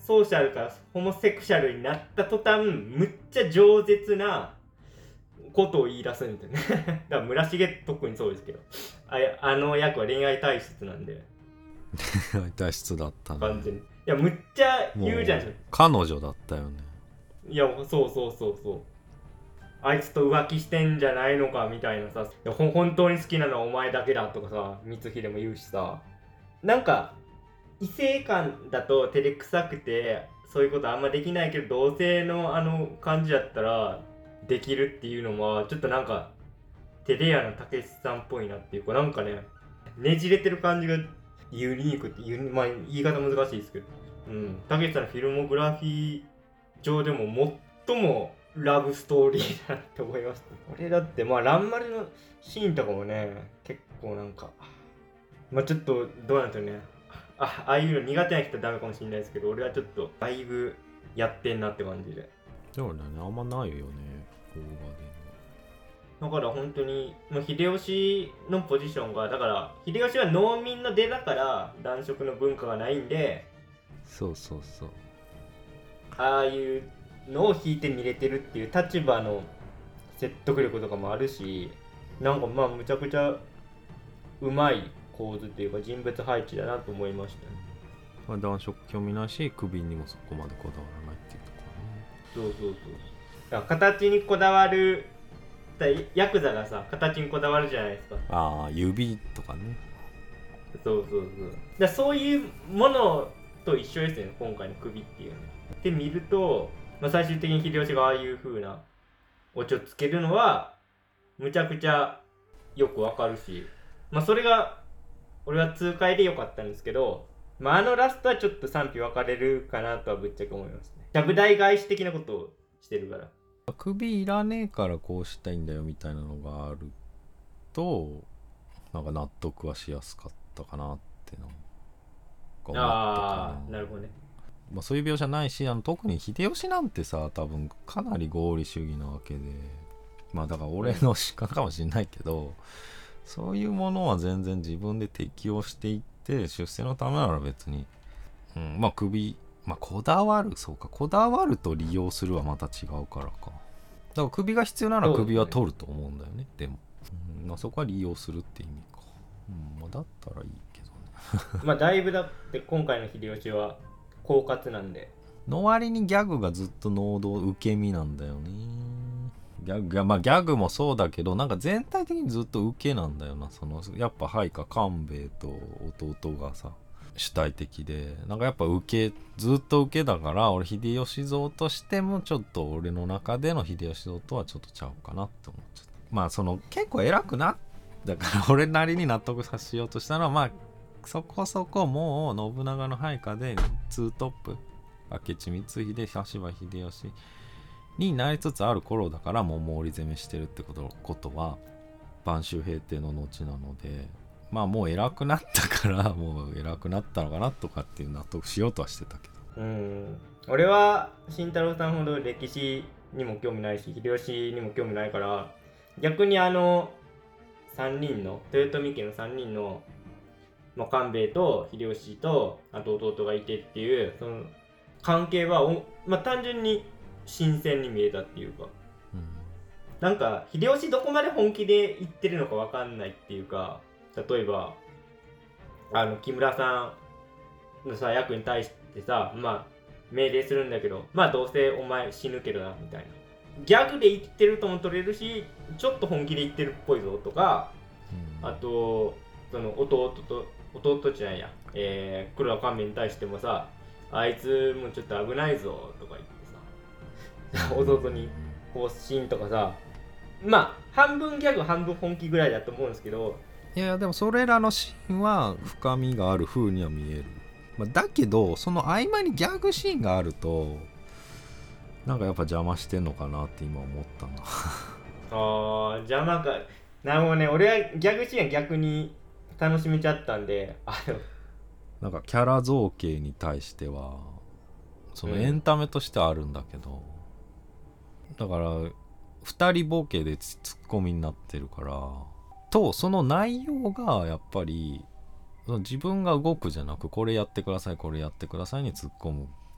ソーシャルからホモセクシャルになった途端むっちゃ饒舌なことを言い出すんですよねだから村重特にそうですけど、あ, あの役は恋愛体質なんで恋愛体質だったね。 完全にいやむっちゃ言うじゃん。 彼女だったよね。 いやそうそうそうそう、あいつと浮気してんじゃないのかみたいなさ、いやほ本当に好きなのはお前だけだとかさ、光秀も言うしさ、なんか異性間だと照れくさくてそういうことあんまできないけど、同性のあの感じだったらできるっていうのはちょっとなんかテレアのたけしさんっぽいなっていうか、なんかねねじれてる感じがユニークっていう、まあ言い方難しいですけど、うんたけしさんのフィルモグラフィー上でも最もラブストーリーだなって思いました。俺だってまあランマルのシーンとかもね結構なんかまあちょっとどうなんですよね、あああいうの苦手な人はダメかもしれないですけど、俺はちょっとだいぶやってんなって感じで。 そうだね、あんまないよね邦だから本当にもう秀吉のポジションがだから秀吉は農民の出だから男色の文化がないんで、 そうそうそう、 ああいうのを引いて見れてるっていう立場の説得力とかもあるし、なんかまあむちゃくちゃうまい構図っていうか人物配置だなと思いましたね。 まあ、男色興味ないし首にもそこまでこだわらないっていうとこそうそうそう、だから形にこだわる、だヤクザがさ形にこだわるじゃないですか。 ああ指とかね。 そうそうそう、だそういうものと一緒ですよね今回の首っていうので見ると、まあ、最終的に秀吉がああいう風なオチをつけるのはむちゃくちゃよくわかるし、まあそれが俺は痛快でよかったんですけど、まああのラストはちょっと賛否分かれるかなとはぶっちゃけ思いますね。ちゃぶ台返し的なことをしてるから、 首いらねえからこうしたいんだよみたいなのがあるとなんか納得はしやすかったかなってのが思ったかな。 ああなるほどね。 まあ、そういう描写ないし、あの特に秀吉なんてさ多分かなり合理主義なわけで、まあだから俺の主観かもしれないけど、そういうものは全然自分で適応していって出世のためなら別に、うん、まあ首まあこだわる、そうかこだわると利用するはまた違うからか。だから首が必要なら首は取ると思うんだよね。でも、うん、まあそこは利用するって意味か。うん、まあだったらいいけどね。 まあだいぶだって今回の秀吉は狡猾なんで。 の割にギャグがずっと能動受け身なんだよね。ギャグ、まあギャグもそうだけど、なんか全体的にずっと受けなんだよな。そのやっぱ配下官兵衛と弟がさ主体的で、なんかやっぱ受けずっと受けだから、俺秀吉像としてもちょっと俺の中での秀吉像とはちょっとちゃうかなって思っちゃった。まあその結構偉くなだから俺なりに納得させようとしたのは、まあそこそこもう信長の配下でツートップ明智光秀羽柴秀吉になりつつある頃だから、もう毛利攻めしてるってことことは晩秋平定の後なので、まあもう偉くなったからもう偉くなったのかなとかっていう納得しようとはしてたけど、 うん俺は慎太郎さんほど歴史にも興味ないし秀吉にも興味ないから、逆にあのさんにんの豊臣家のさんにんのまあ、官兵衛と秀吉とあと弟がいてっていうその関係はお、まあ、単純に新鮮に見えたっていうか、 うん、 なんか秀吉どこまで本気で言ってるのか分かんないっていうか、例えばあの木村さんのさ役に対してさ、まあ命令するんだけど、まあどうせお前死ぬけどなみたいなギャグで言ってるとも取れるし、ちょっと本気で言ってるっぽいぞとか、うん、あとその弟と弟じゃないや、えー、黒田官兵衛に対してもさ、あいつもちょっと危ないぞとか言ってさ弟にこうシーンとかさ、まあ半分ギャグ半分本気ぐらいだと思うんですけど、 いやでもそれらのシーンは深みがある風には見える、まあ、だけどその合間にギャグシーンがあるとなんかやっぱ邪魔してんのかなって今思ったなあー邪魔かなるほどね。俺はギャグシーンは逆に楽しめちゃったんで、あのなんかキャラ造形に対してはそのエンタメとしてはあるんだけど、うん、だからふたりボケでツッコミになってるからと、その内容がやっぱり自分が動くじゃなくこれやってくださいこれやってくださいに突っ込む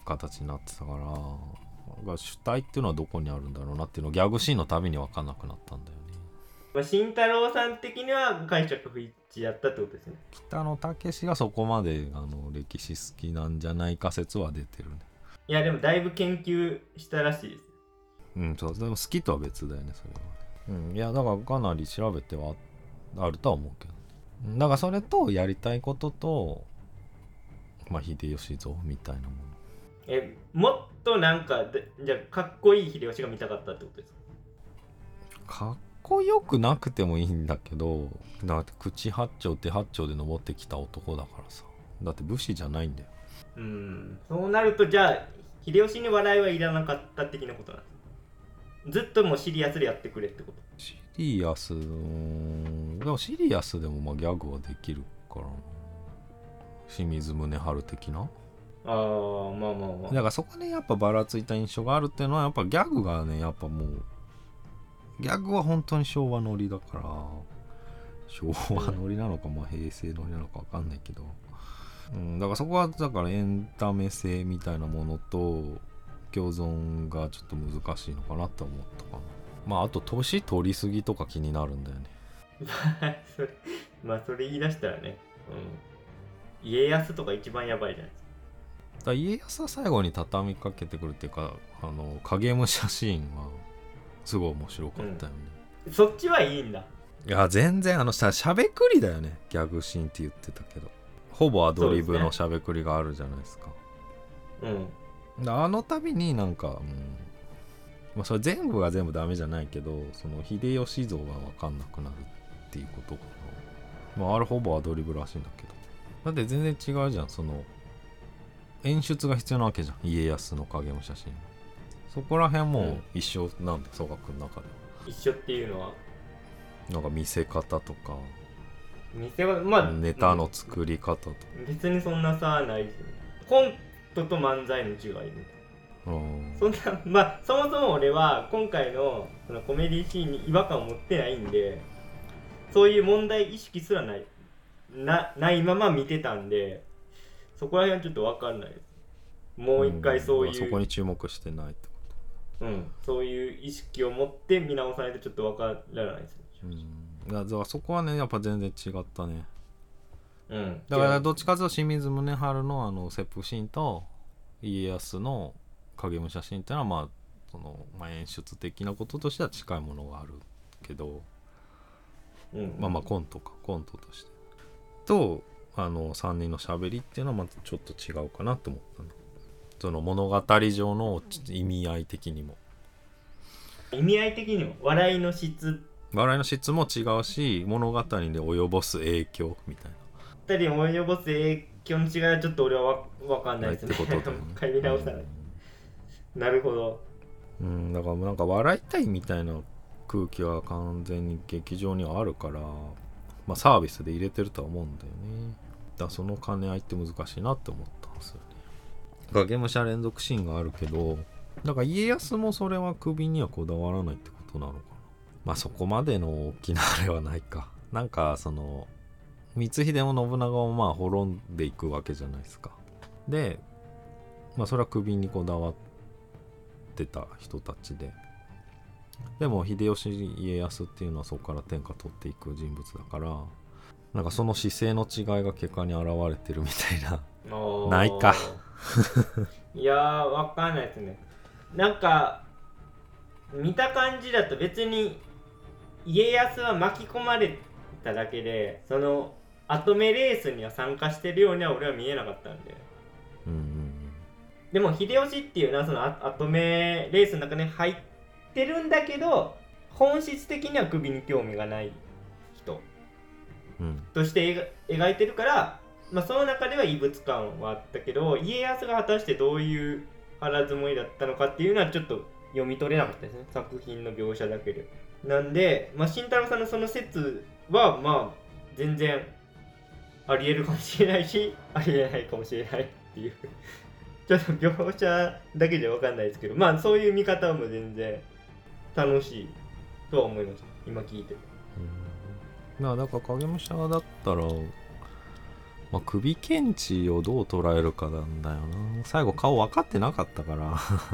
形になってたから、主体っていうのはどこにあるんだろうなっていうのをギャグシーンのたびに分かんなくなったんだよね。 まあ、慎太郎さん的には解釈不一致やったってことですね。 北野武がそこまであの歴史好きなんじゃないか説は出てるね。 いやでもだいぶ研究したらしいです。 うんそうでも好きとは別だよねそれは。うんいやだからかなり調べてはあるとは思うけど、だからそれとやりたいこととまあ秀吉像みたいなもの。 えもっとなんかでじゃあかっこいい秀吉が見たかったってことですか。 かっこよくなくてもいいんだけど、だって口八丁手八丁で登ってきた男だからさ、だって武士じゃないんだよ。 うんそうなるとじゃあ秀吉に笑いはいらなかった的なことなんです。ずっともうシリアスでやってくれってこと。 シリアス、うーんでもシリアスでもまあギャグはできるからな。清水宗春的な。 ああまあまあまあ。 だからそこでやっぱばらついた印象があるっていうのはやっぱギャグがねやっぱもうギャグは本当に昭和ノリだから、昭和ノリなのか、まあ平成ノリなのか分かんないけど、うん、だからそこはだからエンタメ性みたいなものと共存がちょっと難しいのかなって思ったかな。まああと年取りすぎとか気になるんだよね。 それまあそれ言い出したらね、うん、家康とか一番やばいじゃないですか。 だから家康は最後に畳みかけてくるっていうか、あの影武者シーンはすごい面白かったよね、 うん、そっちはいいんだ。 いや全然あのさしゃべくりだよね。ギャグシーンって言ってたけどほぼアドリブのしゃべくりがあるじゃないですか。 うんだあの度になんか、うんまあ、それ全部が全部ダメじゃないけどその秀吉像が分かんなくなるっていうことかな。まああれほぼアドリブらしいんだけど、だって全然違うじゃん。その演出が必要なわけじゃん家康の影武者シーン。そこら辺も一緒なんで、総額の中で一緒っていうのはなんか見せ方とか店はまあネタの作り方とか、 別にそんな差はないですよね。コントと漫才の違いみたいな。 うんそんなまあそもそも俺は今回のそのコメディシーンに違和感を持ってないんで、そういう問題意識すらないなないまま見てたんで、そこら辺はちょっと分かんないです。もう一回そういう、 ん、そこに注目してないってこうん、そういう意識を持って見直さないとちょっと分からないですね。 と。うん、いやだからそこはねやっぱ全然違ったね。 うん、 だからどっちかというと清水宗春のあの切腹シーンと家康の影武者シーンっていうのはまあその、まあ、演出的なこととしては近いものがあるけど、 うん、 まあまあコントかコントとしてとあのさんにんのしゃべりっていうのはまたちょっと違うかなと思ったね。その物語上の意味合い的にも意味合い的にも笑いの質笑いの質も違うし物語で及ぼす影響みたいなふたりに及ぼす影響の違いはちょっと俺は分かんないですね。 ってことだよねもう一回見直さない、うん、なるほど。 うんだからなんか笑いたいみたいな空気は完全に劇場にはあるから、まあサービスで入れてるとは思うんだよね。だからその兼ね合いって難しいなって思ったんですよね。影武者連続シーンがあるけど、だから家康もそれは首にはこだわらないってことなのかな。まあそこまでの大きなあれはないか。なんかその光秀も信長もまあ滅んでいくわけじゃないですか。でまあそれは首にこだわってた人たちで、でも秀吉家康っていうのはそこから天下取っていく人物だから、なんかその姿勢の違いが結果に現れてるみたいなないかいやーわかんないですね。なんか見た感じだと別に家康は巻き込まれただけでその後目レースには参加してるようには俺は見えなかったんで、 うんうんうん、 でも秀吉っていうのはその後目レースの中に入ってるんだけど本質的には首に興味がない人として描いてるから、まあ、その中では異物感はあったけど家康が果たしてどういう腹積もりだったのかっていうのはちょっと読み取れなかったですね、作品の描写だけで。なんで、まあ、慎太郎さんのその説はまあ全然ありえるかもしれないしありえないかもしれないっていうちょっと描写だけじゃ分かんないですけど、まあそういう見方も全然楽しいとは思いました今聞いて。 うん、だから影武者だったらまあ、首検知をどう捉えるかなんだよな。最後顔分かってなかったから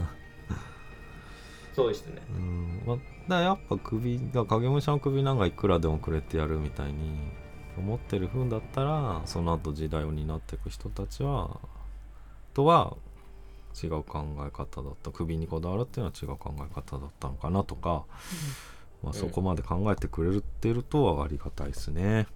そうですね。 うん、まあ、だからやっぱ首が影武者の首なんかいくらでもくれてやるみたいに思ってる風だったら、その後時代を担っていく人たちはとは違う考え方だった。首にこだわるっていうのは違う考え方だったのかなとか、うん、まあ、そこまで考えてくれてるとはありがたいですね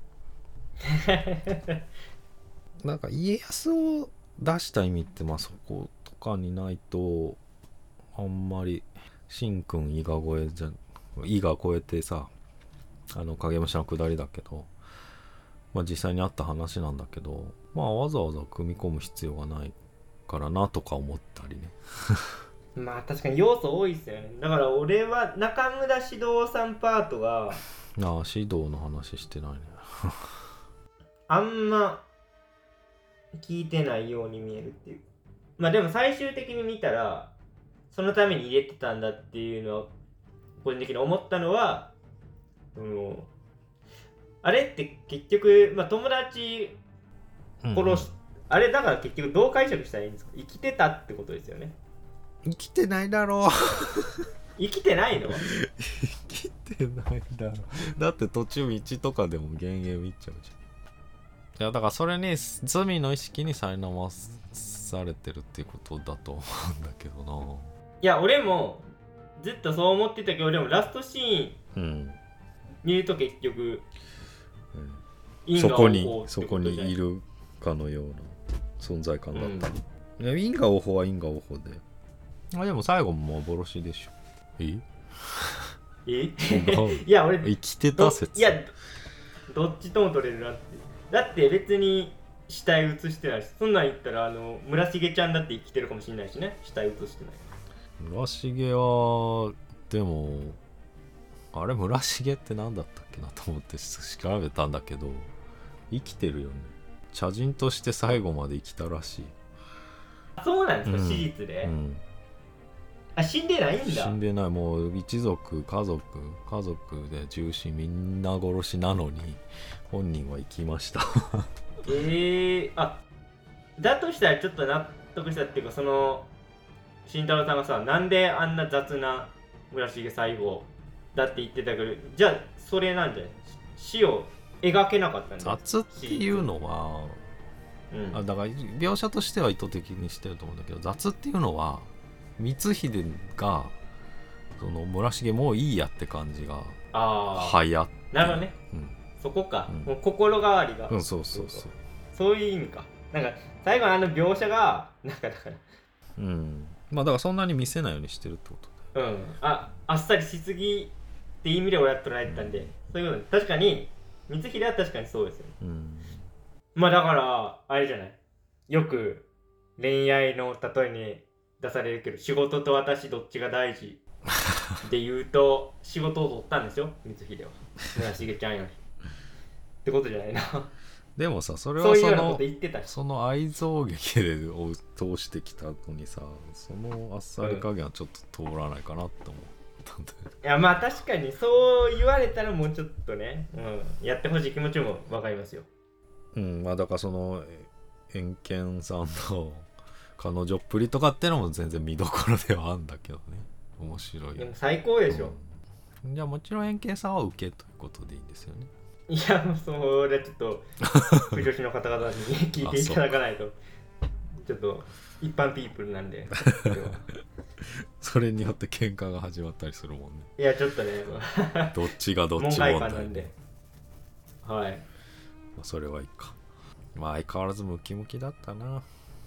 なんか家康を出した意味って、まあそことかにないとあんまり神君伊賀越えじゃ伊賀越えてさ、あの影武者の下りだけど、まあ実際にあった話なんだけど、まあわざわざ組み込む必要がないからなとか思ったりねまあ確かに要素多いですよね。だから俺は中村獅童さんパートがああ、指導の話してないねあんま聞いてないように見えるっていう。まあでも最終的に見たらそのために入れてたんだっていうのは個人的に思ったのは、うん、あれって結局、まあ、友達殺し、うんうん、あれだから結局どう解釈したらいいんですか。生きてたってことですよね。 生きてないだろう生きてないの生きてないだろう。だって途中道とかでも幻影見ちゃうじゃん。いやだからそれに罪の意識に苛まされてるっていうことだと思うんだけどな。 いや俺もずっとそう思ってたけど、でもラストシーン見ると結局、 うん、そこにそこにいるかのような存在感だったり、うん、いや因果応報は因果応報で、あでも最後も幻でしょ。ええいや俺生きてた説。 いやどっちとも取れるなって。だって別に死体映してないし、そんなん言ったらあの村重ちゃんだって生きてるかもしれないしね、死体映してない。 村重はでもあれ村重って何だったっけなと思って調べたんだけど、生きてるよね。茶人として最後まで生きたらしい。 そうなんですか、うん、史実で、うん、あ死んでないんだ。 死んでない。もう一族家族家族で重心みんな殺しなのに本人は生きましたえー、あだとしたらちょっと納得したっていうか、その慎太郎さんがさ、なんであんな雑な村重最後だって言ってたけど、じゃあそれなんじゃない、死を描けなかったんだ。 雑っていうのは、うん、あだから描写としては意図的にしてると思うんだけど、雑っていうのは光秀がその村重もういいやって感じがはやって、 なるほどね、うん、そこか、うん、もう心変わりが、 うん、そうそうそうそういう意味か。なんか最後のあの描写がなんかだから、 うん、まあだからそんなに見せないようにしてるってことだよ。うん、ああっさりしすぎって意味で俺やっとられてたんで、うん、そういうことで確かに光秀は確かにそうですよね、うん、まあだからあれじゃない、よく恋愛の例えに出されるけど、仕事と私どっちが大事で言うと仕事を取ったんですよ光秀は村重ちゃんよりってことじゃないな。 でもさ、それはそのその愛憎劇でを通してきたのにさ、そのあっさり加減はちょっと通らないかなって思ったんだよね、 うん、いやまあ確かにそう言われたらもうちょっとね、うん、やってほしい気持ちも分かりますよ。 うん、まあだからそのエンケンさんの彼女っぷりとかってのも全然見どころではあるんだけどね、面白い。 でも最高でしょ、 うん、じゃあもちろんエンケンさんは受けということでいいんですよね。 いやもうそれはちょっと不女子の方々に聞いていただかないとちょっと一般ピープルなんでそれによって喧嘩が始まったりするもんね。 いやちょっとねどっちがどっち問題なんで、はい、 それはいいか。まあ相変わらずムキムキだったな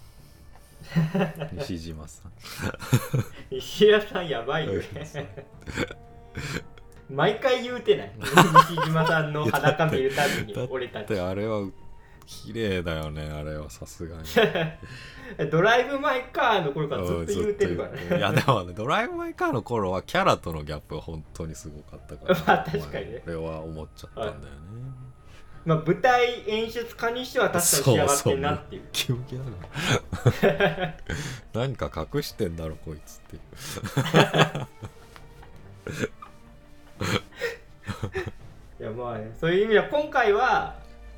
西島さん西島さんやばいよね毎回言うてない西島さんの裸見るたびに俺たち。 だってあれは綺麗だよね、あれはさすがにドライブ・マイ・カーの頃からずっと言うてるからね。 いやでもね、ドライブ・マイ・カーの頃はキャラとのギャップが本当にすごかったからまあ確かにね、 俺は思っちゃったんだよね、はい。 まあ舞台演出家にしては確かに仕上がってんなっていう。 そうそうムキムキだから何か隠してんだろこいつっていういやまあね、そういう意味では今回は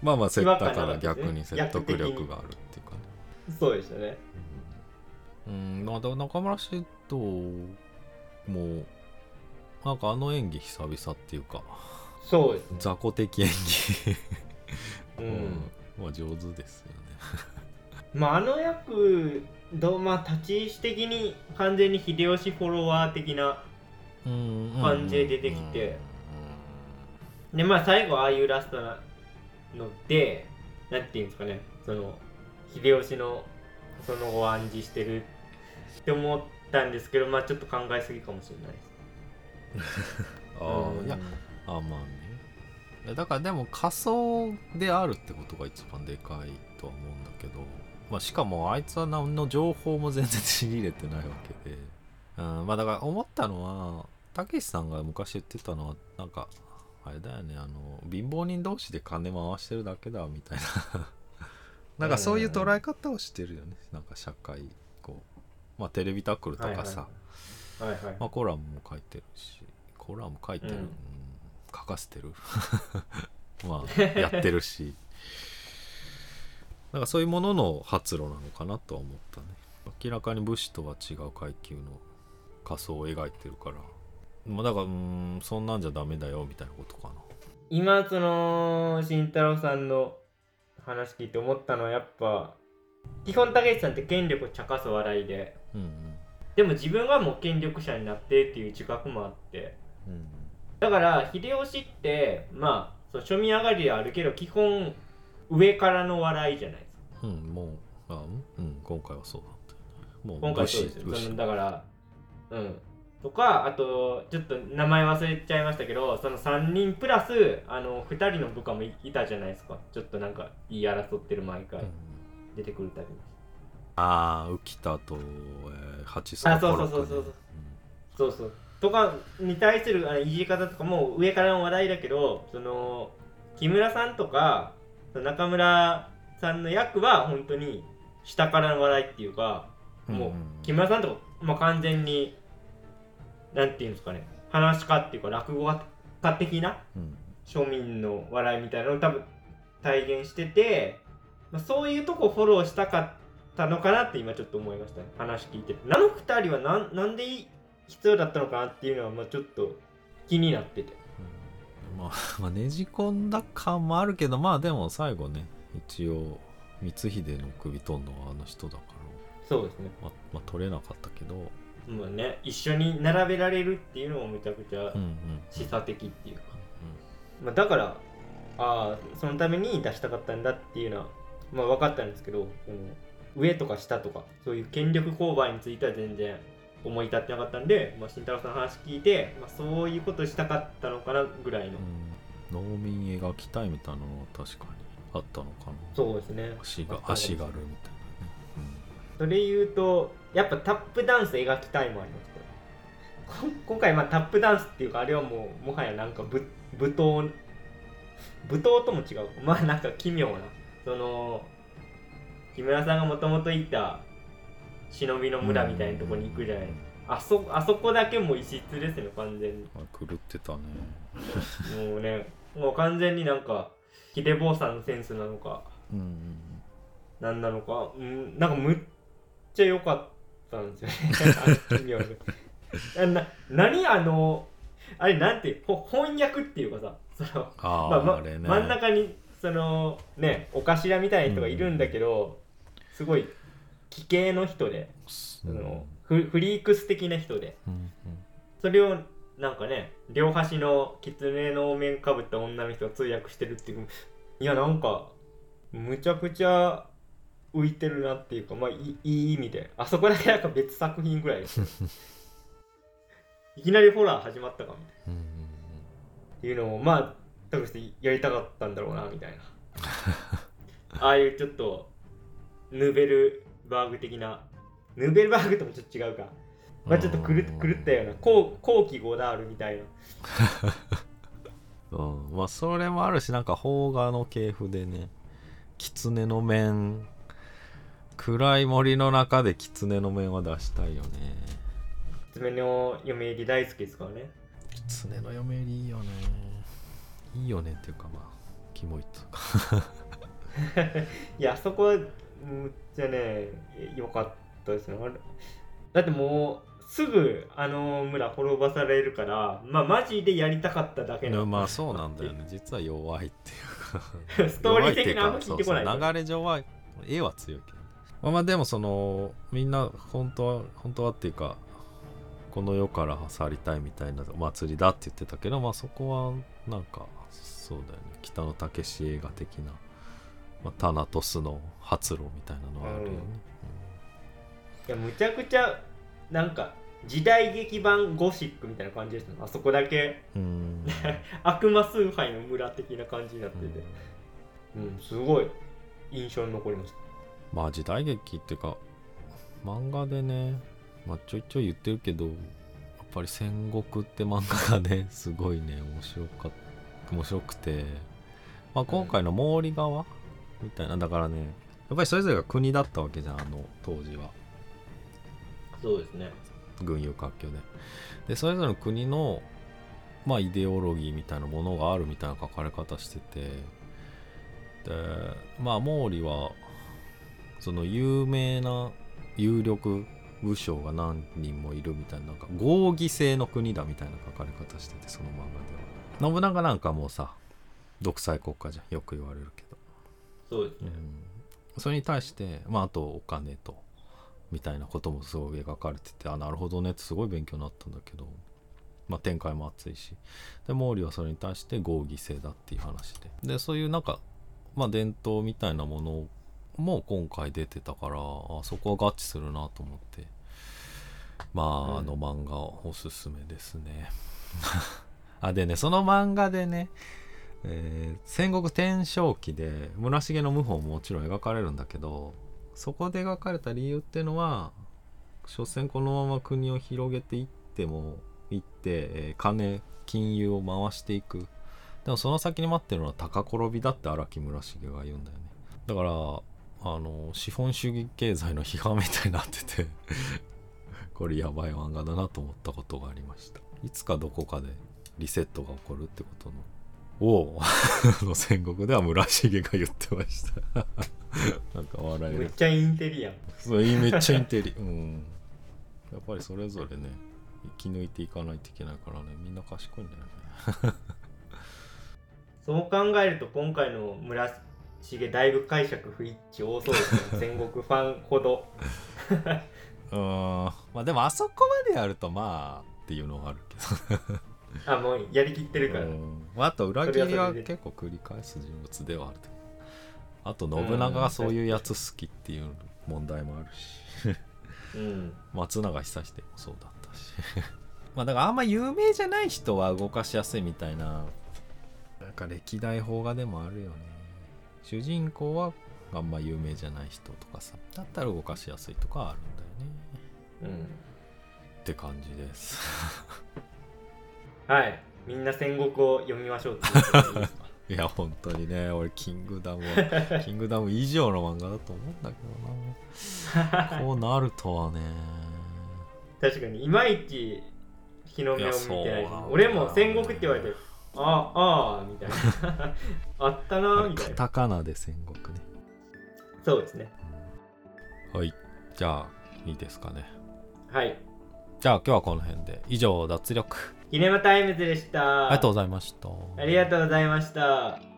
まあまあ説だから違和感なかったですね逆に説得力があるっていうかね。 そうでしたね。 うんまあだから中村獅童もなんかあの演技久々っていうかそうですね。 雑魚的演技ううんんまあ上手ですよね。 まああの役どうまあ立ち位置的に完全に秀吉フォロワー的な感じで出てきて、でまあ最後ああいうラストなのでなんていうんですかね、その秀吉のその後を暗示してるって思ったんですけど、まあちょっと考えすぎかもしれないです。 あうんあいやあまあねだからでも仮想であるってことが一番でかいとは思うんだけど、まあ、しかもあいつは何の情報も全然仕入れてないわけで、うんまあだから思ったのはたけしさんが昔言ってたのはなんかあれだよね、あの貧乏人同士で金回してるだけだみたいななんかそういう捉え方をしてるよね。なんか社会こうまあテレビタックルとかさ、 はいはい、はいはい、 まあ、コラムも書いてるしコラム書いてる、 うんうん、書かせてるまあやってるしなんかそういうものの発露なのかなとは思ったね。明らかに武士とは違う階級の仮想を描いてるから、まあ、だからうーんそんなんじゃダメだよみたいなことかな。 今その慎太郎さんの話聞いて思ったのはやっぱ基本武さんって権力を茶化す笑いで、 うんうんでも自分はもう権力者になってっていう自覚もあって、 うんだから秀吉ってまあその庶民上がりであるけど基本上からの笑いじゃないですか。 うんもうあうん今回はそうだったよね。もう今回武士そうですよ。 武士そのだからうんとかあとちょっと名前忘れちゃいましたけど、そのさんにんプラスあのふたりの部下も い, いたじゃないですか。ちょっとなんか言い争ってる毎回うん出てくるたびに。 ああ浮田と、えー、八坂あそうコロッケねそうそうそうそうそうそうとかに対するあのいじり方とかも上からの話題だけど、その木村さんとか中村さんの役は本当に下からの話題っていうか、 うんもう木村さんとか、まあ、完全になんていうんですかね、話し家っていうか落語家的なうん庶民の笑いみたいなのを多分体現してて、まあ、そういうとこフォローしたかったのかなって今ちょっと思いましたね、話聞いてて。あのふたりはなんなんで必要だったのかなっていうのはまあちょっと気になってて、 うんまあ、まあねじ込んだ感もあるけど、まあでも最後ね一応光秀の首取るのはあの人だからそうですね、 まあ、まあ取れなかったけど、 まあね、一緒に並べられるっていうのもめちゃくちゃうんうん示唆的っていうか、まあ、だからああそのために出したかったんだっていうのはまあ分かったんですけど、その上とか下とかそういう権力勾配については全然思い立ってなかったんで、まあ、慎太郎さんの話聞いて、まあ、そういうことしたかったのかなぐらいの、 うん、農民描きたいみたいなのは確かにあったのかな。 そうですね、 足が足があるみたいなね、 それ言うとやっぱタップダンス描きたいもありますこれ今回まあタップダンスっていうかあれはもうもはやなんかぶ舞踏舞踏とも違う、まあなんか奇妙な、その木村さんがもともといた忍びの村みたいなところに行くじゃないですか。あそあそこだけもう異質ですね完全に。 うん、狂ってたねもうねもう完全になんか秀坊さんのセンスなのかうんうん何なのか、うん、なんかむっちゃ良かったんですよね奇妙でな何あのあれなんてほ翻訳っていうかさ、そのあ、 まあまあれね真ん中にそのねお頭みたいな人がいるんだけど、すごい奇形の人で、そのフフリークス的な人で、 うんうんそれをなんかね両端の狐のお面かぶった女の人が通訳してるっていう、いやなんかむちゃくちゃ浮いてるなっていうか、まあいい、いい意味であそこだけなんか別作品ぐらいですいきなりホラー始まったかみたいな、 うんうんっていうのをまあ多分やりたかったんだろうなみたいなああいうちょっとヌーベルバーグ的な、ヌーベルバーグともちょっと違うか、まあちょっと狂っ狂ったような後後期ゴダールみたいなうんうん、まあそれもあるし、なんか邦画の系譜でね狐の面、暗い森の中で狐の面は出したいよね。 狐の嫁入り大好きですからね。 狐の嫁入りいいよね。いいよねっていうかまあキモいとかいや、あそこはむっちゃね良かったですね。あれだってもうすぐあの村滅ぼされるから、まあマジでやりたかっただけなんだ。 まあそうなんだよね。実は弱いっていうかストーリー的にあんま聞いてこない。 そうそう流れ上は絵は強いけど、まあ、まあでもそのみんな本当は本当はっていうかこの世から去りたいみたいな祭りだって言ってたけど、まあそこはなんかそうだよね、北野武映画的な、まあ、タナトスの発露みたいなのはあるよね、 うんうん、いやむちゃくちゃなんか時代劇版ゴシックみたいな感じですね。あそこだけうん悪魔崇拝の村的な感じになってて、うん、うん、すごい印象に残りました。 まあ時代劇っていうか漫画でね、まあ、ちょいちょい言ってるけどやっぱり戦国って漫画がねすごいね面白かった面白くて、まあ、今回の毛利側みたいな、だからねやっぱりそれぞれが国だったわけじゃん、あの当時は。 そうですね、 群雄割拠ででそれぞれの国のまあイデオロギーみたいなものがあるみたいな書かれ方してて、でまあ毛利はその有名な有力武将が何人もいるみたいな、なんか合議制の国だみたいな書かれ方してて、その漫画では信長なんかもうさ独裁国家じゃん、よく言われるけど。 そうですね、 うん、それに対してまああとお金とみたいなこともすごい描かれてて、あなるほどねってすごい勉強になったんだけど、まあ展開も熱いし、で毛利はそれに対して合議制だっていう話で、でそういうなんかまあ伝統みたいなものも今回出てたから、あそこは合致するなと思って、まあ、うん、あの漫画おすすめですねあでねその漫画でね、えー、戦国天正期で村重の謀反ももちろん描かれるんだけど、そこで描かれた理由っていうのは所詮このまま国を広げていってもいって、えー、金金融を回していく、でもその先に待ってるのは高転びだって荒木村重が言うんだよね。だからあの資本主義経済の批判みたいになっててこれやばい漫画だなと思ったことがありました。いつかどこかでリセットが起こるってことのをの戦国では村重が言ってましたなんか笑える。 めっちゃインテリやん。 そうめっちゃインテリ、うん、やっぱりそれぞれね生き抜いていかないといけないからね、みんな賢いんだよねそう考えると今回の村重だいぶ解釈不一致多そうですね戦国ファンほどうーん、まあでもあそこまでやるとまあっていうのがあるけどあもうやりきってるから、 まあ、あと裏切りは結構繰り返す人物ではある。あと信長がそういうやつ好きっていう問題もあるしうん、松永久志でもそうだったしまあだからあんま有名じゃない人は動かしやすいみたいな、なんか歴代邦画でもあるよね。主人公はあんま有名じゃない人とかさ、だったら動かしやすいとかあるんだよね、うん、って感じですはい、みんな戦国を読みましょうって言っていいですかいや本当にね、俺キングダムはキングダム以上の漫画だと思うんだけどなこうなるとはね。 確かにいまいち日の目を見てない。俺も戦国って言われてあああみたいなあったなみたいな。 カタカナで戦国ね。 そうですね。 はい、じゃあいいですかね。 はい、 じゃあ今日はこの辺で。以上脱力キネマタイムズでした。 ありがとうございました。 ありがとうございました。